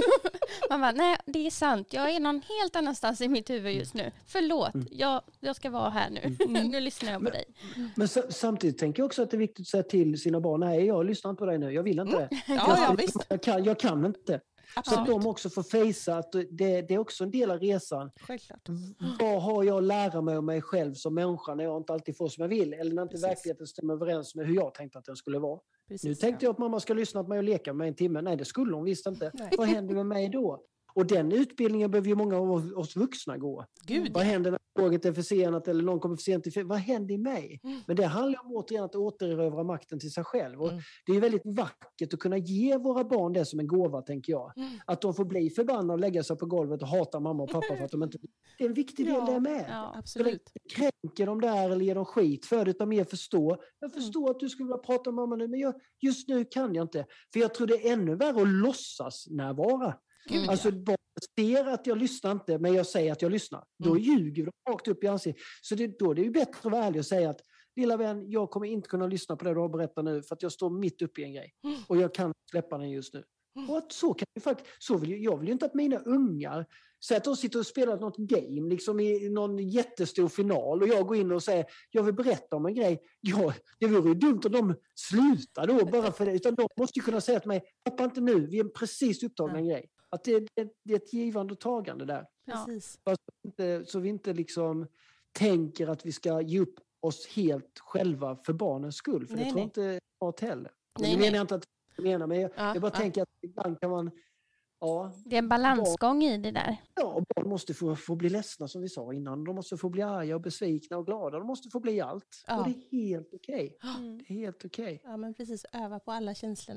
Man bara, nej det är sant, jag är någon helt annanstans i mitt huvud just nu. Förlåt, Mm. jag, jag ska vara här nu. nu lyssnar jag på Men- dig. Men sa- samtidigt tänker jag också att det är viktigt att säga till sina barn, nej jag lyssnar inte på dig nu, jag vill inte det. ja, jag, ja visst. jag, kan, jag kan inte. Så att Absolut. de också får fejsa att det, det är också en del av resan. Självklart. Vad har jag att lära mig om mig själv som människa när jag inte alltid får som jag vill? Eller när inte Precis. verkligheten stämmer överens med hur jag tänkte att den skulle vara. Precis. Nu tänkte jag att mamma ska lyssna på mig och leka med mig en timme. Nej, det skulle hon visst inte. Nej. Vad händer med mig då? Och den utbildningen behöver ju många av oss vuxna gå. Gud, Vad händer när tåget är försenat eller någon kommer för sent till fel? Vad händer i mig? Mm. Men det handlar om återigen att återerövra makten till sig själv. Och Mm. det är väldigt vackert att kunna ge våra barn det som en gåva, tänker jag. Mm. Att de får bli förbannade och lägga sig på golvet och hata mamma och pappa för att de inte... Det är en viktig del Ja. det med. Ja. absolut. Kränker de där eller ger dem skit för det, utan mer förstå. Jag förstår att du skulle vilja prata med mamma nu, men jag, just nu kan jag inte. För jag tror det är ännu värre att låtsas närvara. Gud, Alltså barn ser att jag lyssnar inte, men jag säger att jag lyssnar. Då Mm. ljuger de rakt upp i ansiktet. Så det, då är det ju bättre att vara ärlig och säga att lilla vän, jag kommer inte kunna lyssna på det du har berättat nu för att jag står mitt uppe i en grej. Mm. Och jag kan släppa den just nu. Mm. Och att så kan jag faktiskt, så vill jag, jag vill ju inte att mina ungar, så att de sitter och spelar något game liksom i någon jättestor final och jag går in och säger, jag vill berätta om en grej. Ja, det vore ju dumt om de slutar då bara för det, utan de måste ju kunna säga till mig, pappa inte nu, vi är precis upptagna en grej. Att det, det, det är ett givande och tagande där. Ja. Precis. Så, inte, så vi inte liksom tänker att vi ska ge upp oss helt själva för barnens skull. För Nej, det tror nej. jag inte är smart heller. Nej, Nu nej. menar jag inte att jag menar, men jag, Ja, jag bara ja. tänker att ibland kan man, ja, Det är en balansgång i det där. ja barn måste få, få bli ledsna som vi sa innan. De måste få bli arga och besvikna och glada. De måste få bli allt. Ja. Och det är helt okej. Mm. Det är helt okej. Ja, men precis. Öva på alla känslorna.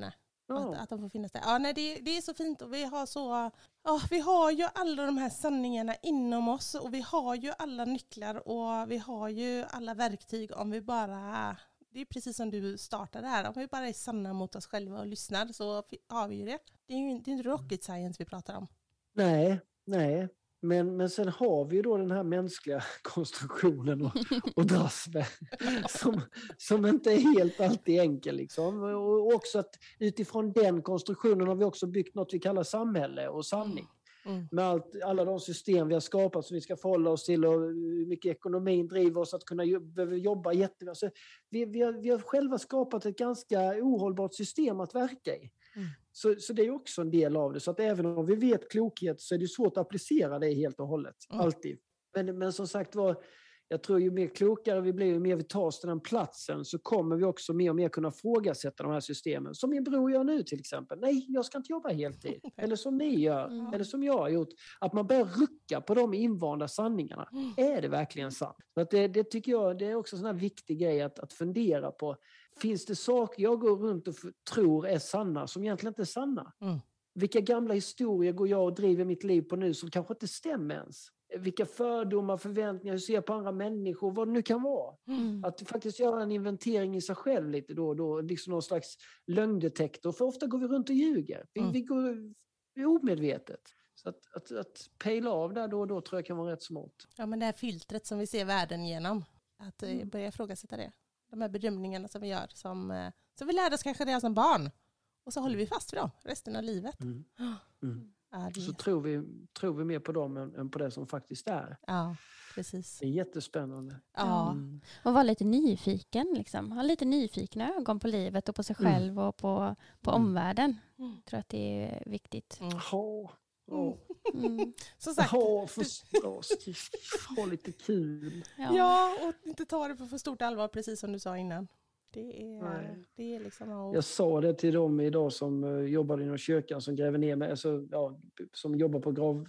Ja. Att, att de får finnas där. Ja, nej, det, det är så fint och vi har så... Ja, vi har ju alla de här sanningarna inom oss och vi har ju alla nycklar och vi har ju alla verktyg om vi bara... Det är precis som du startade här. Om vi bara är sanna mot oss själva och lyssnar så har vi ju det. Det är ju det är inte rocket science vi pratar om. Nej, nej. Men, men sen har vi ju då den här mänskliga konstruktionen att, att dras med. Som, som inte är helt alltid enkel. Liksom. Och också att utifrån den konstruktionen har vi också byggt något vi kallar samhälle och sanning. Mm. Med allt, alla de system vi har skapat som vi ska förhålla oss till och hur mycket ekonomin driver oss att kunna jobba jättemycket. Alltså, vi, vi, har, vi har själva skapat ett ganska ohållbart system att verka i. Mm. Så, så det är också en del av det. Så att även om vi vet klokhet så är det svårt att applicera det helt och hållet. Mm. Alltid. Men, men som sagt var, jag tror ju mer klokare vi blir, ju mer vi tar oss till den platsen så kommer vi också mer och mer kunna frågasätta de här systemen. Som min bror gör nu till exempel. Nej, jag ska inte jobba heltid. Eller som ni gör. Mm. Eller som jag har gjort. Att man börjar rucka på de invanda sanningarna. Mm. Är det verkligen sant? Så att det, det tycker jag det är också en sån här viktig grej att, att fundera på. Finns det saker jag går runt och tror är sanna som egentligen inte är sanna? Mm. Vilka gamla historier går jag och driver mitt liv på nu som kanske inte stämmer ens? Vilka fördomar, förväntningar, hur ser jag på andra människor, vad det nu kan vara. Mm. Att faktiskt göra en inventering i sig själv lite då och då, liksom någon slags lögndetektor. För ofta går vi runt och ljuger. Vi, mm. vi går omedvetet. Så att, att, att pejla av där då och då tror jag kan vara rätt smart. Ja, men det här filtret som vi ser världen genom, att mm. börja ifrågasätta det. De här bedömningarna som vi gör, som, som vi lärde oss kanske redan som barn. Och så håller vi fast vid dem resten av livet. Mm. Mm. Ja, det... Så tror vi, tror vi mer på dem än, än på det som faktiskt är. Ja, precis. Det är jättespännande. Ja. Mm. Och vara lite nyfiken. Liksom. Ha lite nyfikna ögon på livet och på sig själv mm. och på, på mm. omvärlden. Mm. Jag tror att det är viktigt. Mm. Ja. Ja. Mm. Så sagt. Ha, förstås. Ha lite kul. Ja. ja, och inte ta det på för stort allvar, precis som du sa innan. Det är, det är liksom... Jag sa det till dem idag som uh, jobbar inom kyrkan som gräver ner med, alltså, ja, som jobbar på grav,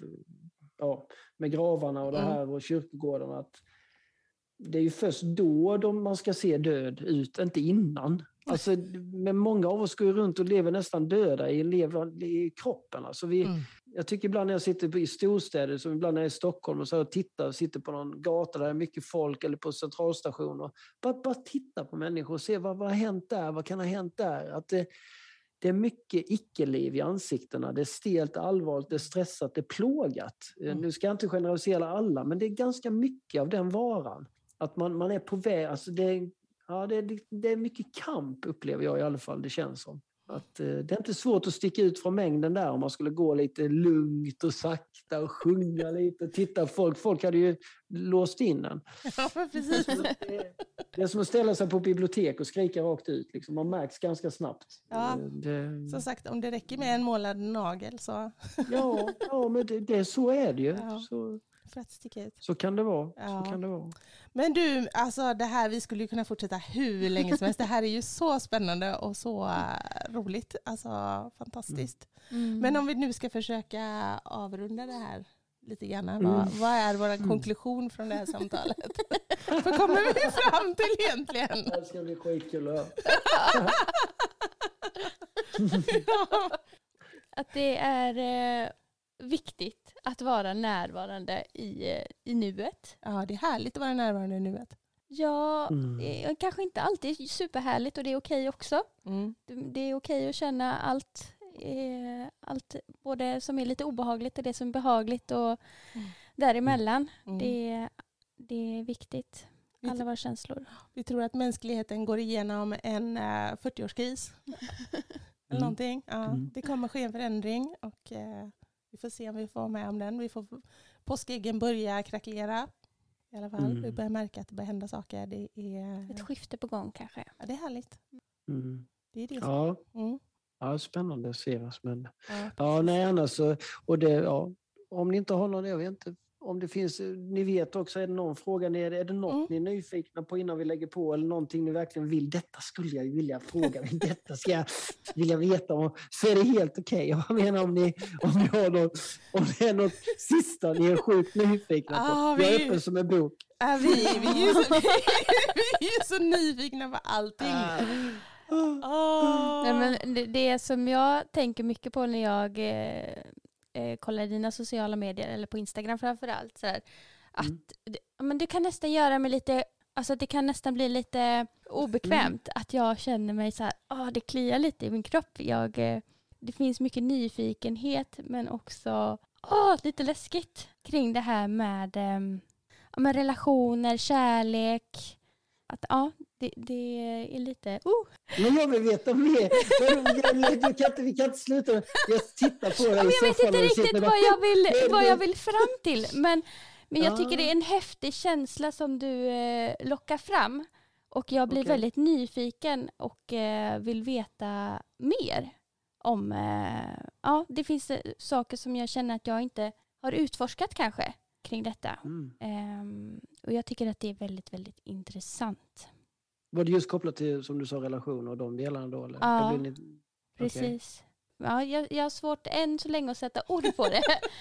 ja, med gravarna och det här mm. och kyrkogårdarna. Att det är ju först då de, man ska se död ut, inte innan. Alltså, men många av oss går runt och lever nästan döda i, lever, i kroppen. Alltså vi, mm. Jag tycker ibland när jag sitter i storstäder, som ibland när jag är i Stockholm och så och tittar och sitter på någon gata där det är mycket folk eller på centralstationer. Bara, bara titta på människor och se vad, vad har hänt där, vad kan ha hänt där. Att det, det är mycket icke-liv i ansiktena. Det är stelt, allvarligt, det är stressat, det är plågat. Mm. Nu ska jag inte generalisera alla, men det är ganska mycket av den varan. Att man, man är på väg, alltså det är, ja, det, är, det är mycket kamp upplever jag i alla fall, det känns som. Att, eh, det är inte svårt att sticka ut från mängden där om man skulle gå lite lugnt och sakta och sjunga lite och titta på folk. Folk hade ju låst in den. Ja, precis. Det, det är som att ställa sig på bibliotek och skrika rakt ut. Liksom. Man märks ganska snabbt. Ja, det, som sagt, om det räcker med en målad nagel så... Ja, ja men det, det, så är det ju. Ja. Så... För att sticka ut. Så kan det vara. Ja. Så kan det vara. Men du, alltså det här, vi skulle ju kunna fortsätta hur länge som helst. Det här är ju så spännande och så uh, roligt. Alltså fantastiskt. Mm. Men om vi nu ska försöka avrunda det här lite grann. Mm. Vad, vad är vår mm. konklusion från det här samtalet? Vad kommer vi fram till egentligen? Det ska bli skitkul att höra. Ja. Att det är... Eh... viktigt att vara närvarande i, i nuet. Ja, det är härligt att vara närvarande i nuet. Ja, mm. kanske inte alltid superhärligt och det är okej också. Mm. Det, det är okej att känna allt, eh, allt både som är lite obehagligt och det som är behagligt och mm. däremellan. Mm. Det, det är viktigt. Alla våra känslor. Vi tror att mänskligheten går igenom en uh, fyrtioårskris. Eller någonting. Ja, mm. Det kommer ske en förändring och uh, vi får se om vi får vara med om den. Vi får påskäggen börja krackelera. I alla fall. Mm. Vi börjar märka att det börjar hända saker. Det är ett skifte på gång kanske. Ja, det är härligt. Mm. Det är det. Ja. Mm. Ja, spännande att se. Men... Ja, ja, nej annars så, och det, ja, om ni inte har någon, jag vet inte. Om det finns, ni vet också, är det någon fråga, är det, är det något mm. ni är nyfikna på innan vi lägger på eller någonting ni verkligen vill, detta skulle jag vilja fråga, detta ska jag vilja veta om, så är det helt okej. Okay. Jag menar om ni, om ni har något, om det är något sista ni är sjukt nyfikna på, ah, jag är öppen som en bok. Ah, vi, vi, är så, vi är så nyfikna på allting. Ah. Oh. Nej, men det, det som jag tänker mycket på när jag eh, eh, kollar dina sociala medier, eller på Instagram framförallt, så här, att Mm. det, men det kan nästan göra mig lite, alltså det kan nästan bli lite obekvämt, att jag känner mig så här, ah, det kliar lite i min kropp. Jag, eh, det finns mycket nyfikenhet, men också ah, lite läskigt kring det här med, eh, ja, med relationer, kärlek. Att ja, det, det är lite... Uh. Men jag vill veta mer. Du kan inte, vi kan inte sluta. Jag tittar på dig. Ja, jag vet inte riktigt vad jag, vill, vad jag vill fram till. Men, men jag Ja. tycker det är en häftig känsla som du eh, lockar fram. Och jag blir Okej. väldigt nyfiken och eh, vill veta mer om... Eh, ja, det finns eh, saker som jag känner att jag inte har utforskat kanske kring detta. Mm. Um, och jag tycker att det är väldigt, väldigt intressant. Var det just kopplat till, som du sa, relationer och de delarna då? Eller? Ja, Jag blir lite... precis. Okay. Ja, jag, jag har svårt än så länge att sätta ord på det.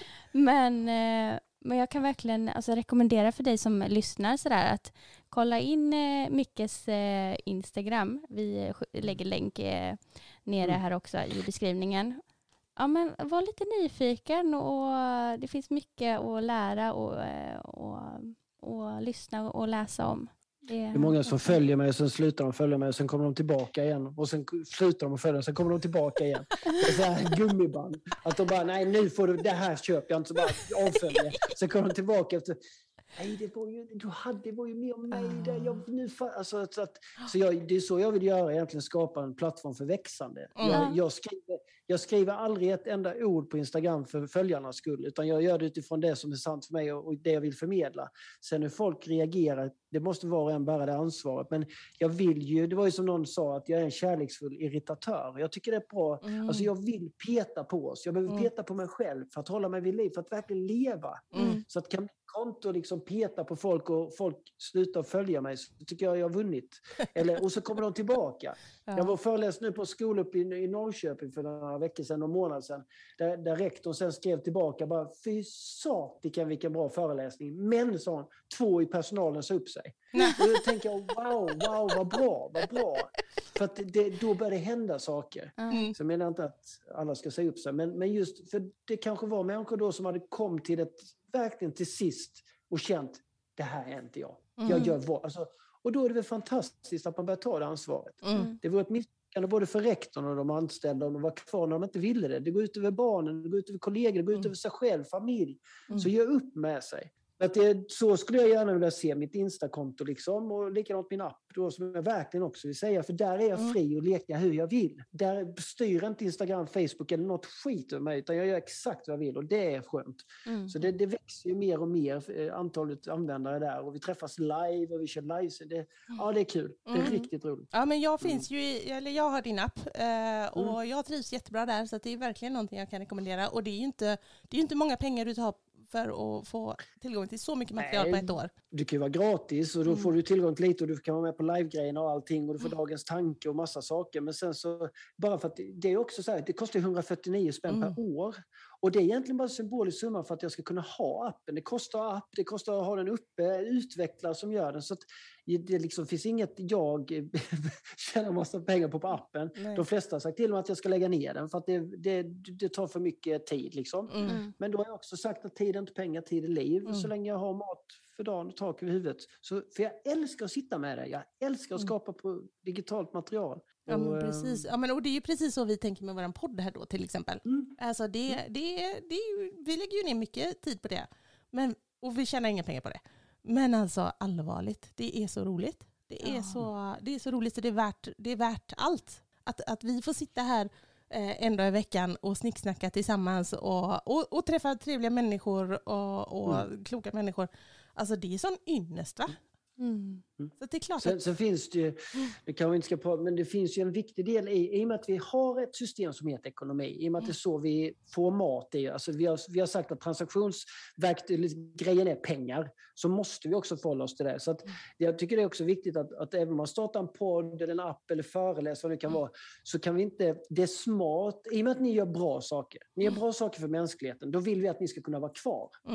men, eh, men jag kan verkligen alltså, rekommendera för dig som lyssnar sådär, att kolla in eh, Mickes eh, Instagram. Vi lägger länk eh, nere Mm. här också i beskrivningen. Ja, men var lite nyfiken, och det finns mycket att lära och, och, och lyssna och läsa om. Det, Det är många som följer mig och sen slutar de följa mig och sen kommer de tillbaka igen. Och sen slutar de att följa och sen kommer de tillbaka igen. Det är så här gummiband. Att de bara, nej nu får du, det här köper jag inte, så bara avföljer. Sen kommer de tillbaka efter, nej det var ju, du hade, det var ju mer om mig där. Jag, nu, alltså, så att, så jag, det är så jag vill göra egentligen, skapa en plattform för växande. Mm. Jag, jag, skriver, jag skriver aldrig ett enda ord på Instagram för följarnas skull, utan jag gör det utifrån det som är sant för mig och, och det jag vill förmedla. Sen hur folk reagerar, det måste var och en bära det ansvaret. Men jag vill ju, det var ju som någon sa, att jag är en kärleksfull irritatör. Jag tycker det är bra. Mm. Alltså jag vill peta på oss. Jag behöver Mm. peta på mig själv för att hålla mig vid liv, för att verkligen leva. Mm. Så att kan mitt konto liksom peta på folk och folk slutar följa mig, så tycker jag jag har vunnit. Eller, och så kommer de tillbaka. Ja. Jag var föreläst nu på en skola uppe i, i Norrköping för några veckor sedan, någon månad sedan. Där, där rektorn sen skrev tillbaka bara, fy satiken vilken bra föreläsning. Men, sa hon, två i personalen sa upp sig. Och då tänker jag, wow, wow, vad bra, vad bra. För att det, då börjar det hända saker. Mm. Så jag menar inte att alla ska säga upp sig. Men, men just, för det kanske var människor då som hade kommit till ett, verkligen till sist och känt, det här är inte jag. Jag Mm. gör vad. Alltså, och då är det väl fantastiskt att man börjar ta det ansvaret. Mm. Det var ett misslyckande både för rektorn och de anställda, och de var kvar när de inte ville det. Det går ut över barnen, det går ut över kollegor, det går ut Mm. över sig själv, familj. Mm. Så gör upp med sig. Att det, så skulle jag gärna vilja se mitt Insta-konto liksom, och likadant min app då, som jag verkligen också vill säga, för där är jag Mm. fri att leka hur jag vill. Där styr inte Instagram, Facebook eller något skit över mig, utan jag gör exakt vad jag vill, och det är skönt. Mm. Så det, det växer ju mer och mer, eh, antalet användare där, och vi träffas live och vi kör live. Så det, ja, det är kul. Det är Mm. riktigt roligt. Ja, men jag finns ju i, eller jag har din app eh, och Mm. jag trivs jättebra där, så att det är verkligen någonting jag kan rekommendera. Och det är ju inte, det är ju inte många pengar du tar för att få tillgång till så mycket material Nej. på ett år. Du kan ju vara gratis och då Mm. får du tillgång till lite, och du kan vara med på live-grejerna och allting, och du får dagens tanke och massa saker. Men sen så, bara för att det, det är också så här, det kostar hundrafyrtionio spänn Mm. per år. Och det är egentligen bara en symbolisk summa för att jag ska kunna ha appen. Det kostar app, det kostar att ha den uppe, utvecklare som gör den. Så att det liksom finns inget jag tjänar massa pengar på på appen. Nej. De flesta har sagt till mig att jag ska lägga ner den för att det, det, det tar för mycket tid liksom. Mm. Mm. Men då har jag också sagt att tid är inte pengar, tid är liv. Mm. Så länge jag har mat för dagen och tak över huvudet. Så, för jag älskar att sitta med det. Jag älskar att Mm. skapa på digitalt material. Ja, Och, men eh, precis. Ja, men, och det är ju precis så vi tänker med vår podd här då, till exempel. Mm. Alltså det, det, det är ju, vi lägger ju ner mycket tid på det. Men, och vi tjänar inga pengar på det. Men alltså allvarligt, det är så roligt. Det är, Ja. så, det är så roligt så det är värt, det är värt allt. Att, att vi får sitta här eh, en dag i veckan och snicksnacka tillsammans och, och, och träffa trevliga människor och, och Mm. kloka människor. Alltså det är sån ynnest, va? Mm. Så det är klart Sen, att... sen finns det ju, det kan vi inte ska prata, men det finns ju en viktig del i, i och med att vi har ett system som heter ekonomi, i och med att det är så vi får mat i, alltså vi har, vi har sagt att transaktionsgrejen är pengar, så måste vi också förhålla oss till det. Så att jag tycker det är också viktigt att, att även om man startar en podd eller en app eller föreläser, vad det kan vara, så kan vi inte, det är smart, i och med att ni gör bra saker, ni gör bra saker för mänskligheten, då vill vi att ni ska kunna vara kvar. Mm.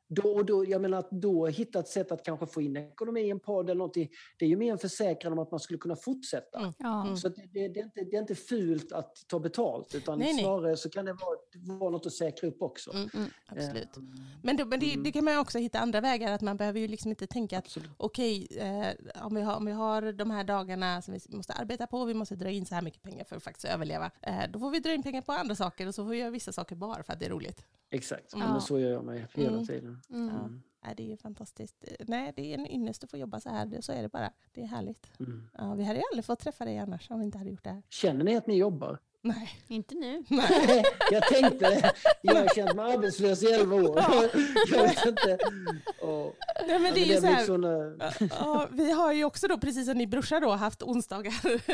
Då, och då, jag menar att då hitta ett sätt att kanske få in ekonomi i en podd eller någonting, det är ju mer en försäkran om att man skulle kunna fortsätta. Mm. Ja. Så det, det, det, är inte, det är inte fult att ta betalt, utan Nej, nej. snarare så kan det vara, vara något att säkra upp också. Mm, mm, absolut. Eh, Men, då, men det, mm. det kan man ju också hitta andra vägar, att man behöver ju liksom inte tänka att Absolut. okej, eh, om, vi har, om vi har de här dagarna som vi måste arbeta på, vi måste dra in så här mycket pengar för att faktiskt överleva, eh, då får vi dra in pengar på andra saker och så får vi göra vissa saker bara för att det är roligt. Exakt, Mm. men så gör jag mig hela Mm. tiden. Mm. Ja. Mm. Nej, det är ju fantastiskt. Nej, det är en ynnest att få jobba så här, så är det bara. Det är härligt. Mm. Ja, vi hade ju aldrig fått träffa dig annars om vi inte hade gjort det här. Känner ni att ni jobbar? Nej. Inte nu. Nej. Jag tänkte, jag har känt mig arbetslös i elva år. Jag vet inte. Och, Nej, men det är ja, ju så här. såna... Ja, vi har ju också då, precis som din brorsa då, haft onsdagar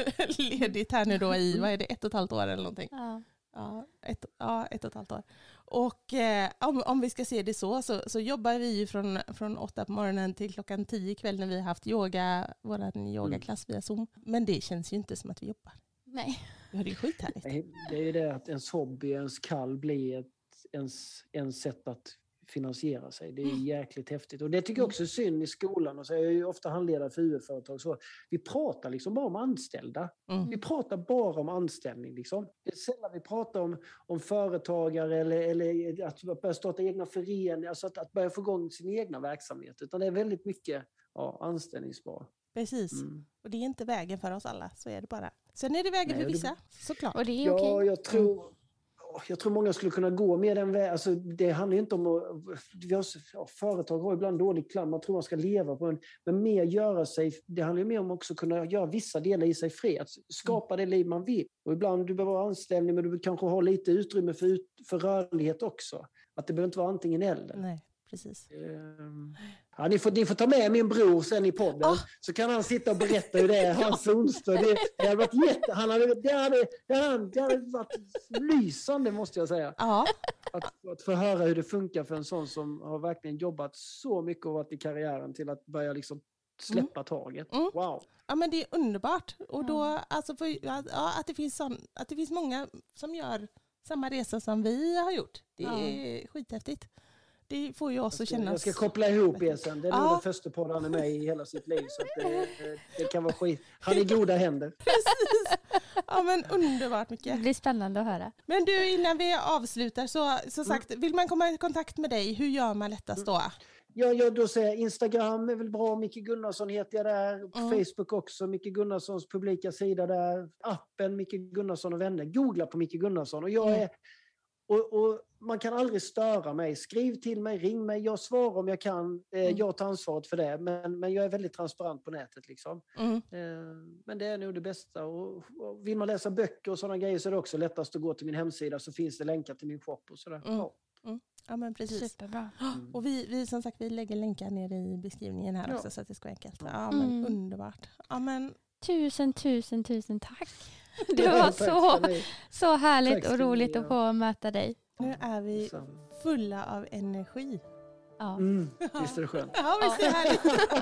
ledigt här nu då i, vad är det, ett och ett halvt år eller någonting. Ja. Ja, ett, ja, ett och ett halvt år. Och eh, om, om vi ska se det så, så, så jobbar vi ju från, från åtta på morgonen till klockan tio ikväll när vi har haft yoga, vår yogaklass via Zoom. Men det känns ju inte som att vi jobbar. Nej. Ja, det är skithärligt. Det är ju det att ens hobby, ens kall blir ett, ens, ens sätt att finansiera sig. Det är Mm. jäkligt häftigt. Och det tycker jag också är synd i skolan. Och så är jag ju ofta handledare för U F-företag. Så vi pratar liksom bara om anställda. Mm. Vi pratar bara om anställning. Liksom. Det är sällan vi pratar om, om företagare eller, eller att börja starta egna föreningar. Alltså att, att börja få igång sin egna verksamhet. Utan det är väldigt mycket ja, anställningsbar. Precis. Mm. Och det är inte vägen för oss alla, så är det bara. Sen är det vägen Nej, för det- vissa, såklart. Och det är Ja, okej. jag tror, jag tror många skulle kunna gå med den vägen. Alltså, det handlar ju inte om att... Vi har, ja, företag har ibland dålig klam, man tror man ska leva på en... Men mer göra sig... Det handlar ju mer om också kunna göra vissa delar i sig fri. Att skapa det liv man vill. Och ibland du behöver ha anställning, men du kanske ha lite utrymme för, ut, för rörlighet också. Att det behöver inte vara antingen eller. Nej, precis. Ehm, Ja, ni, får, ni får ta med min bror sen i podden, Ah. så kan han sitta och berätta hur det är, hans onsdag. Det, det hade varit jätte, han hade, det, hade, det, hade, det hade varit lysande, måste jag säga. Ja, Att, att få höra hur det funkar för en sån som har verkligen jobbat så mycket och varit i karriären till att börja liksom släppa taget. Mm. Wow. ja, men det är underbart. Och då, Ja. alltså för, ja, att, det finns sån, att det finns många som gör samma resa som vi har gjort. Det Ja. är skithäftigt. Det får ju oss Jag att ska, känna jag oss... ska koppla ihop er sen. Det är nog Ja. den första podden han är med i hela sitt liv. Så att det, det kan vara skit. Han är i goda händer. Precis. Ja, men underbart Det mycket. blir spännande att höra. Men du, innan vi avslutar, så, så sagt, vill man komma i kontakt med dig, hur gör man lättast då? Ja, jag då säger Instagram är väl bra. Micke Gunnarsson heter jag där. Mm. Facebook också. Micke Gunnarssons publika sida där. Appen Micke Gunnarsson och vänner. Googla på Micke Gunnarsson. Och jag Mm. är... Och, och man kan aldrig störa mig. Skriv till mig, ring mig. Jag svarar om jag kan. Eh, Mm. Jag tar ansvaret för det. Men, men jag är väldigt transparent på nätet. Liksom. Mm. Eh, men det är nog det bästa. Och, och vill man läsa böcker och sådana grejer så är det också lättast att gå till min hemsida. Så finns det länkar till min shop och sådär. Mm. Ja. Ja, men precis. Superbra. Mm. Och vi, vi som sagt, vi lägger länkar ner i beskrivningen här Ja. också så att det ska vara enkelt. Ja, men Mm. underbart. Ja, men Tusen, tusen, tusen tack. Det Ja, var tack så, ska ni. så härligt Tack ska och ni roligt ha. att få möta dig. nu är vi Så. fulla av energi. Ja. Mm, visst är det skönt. Ja, visst är det härligt.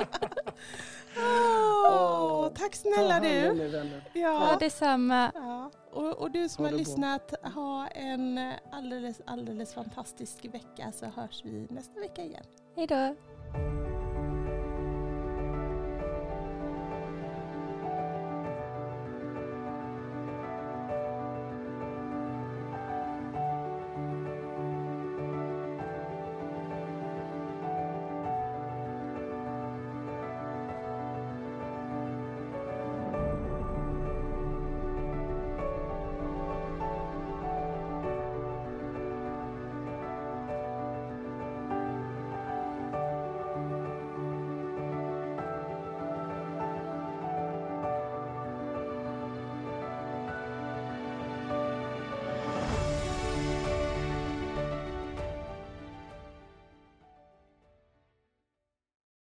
Åh, tack snälla Ta hand om du. er, vänner. Ja, Ja, detsamma. ja. Och, och du som Ha har det bra. lyssnat, ha en alldeles, alldeles fantastisk vecka, så hörs vi nästa vecka igen. Hej då.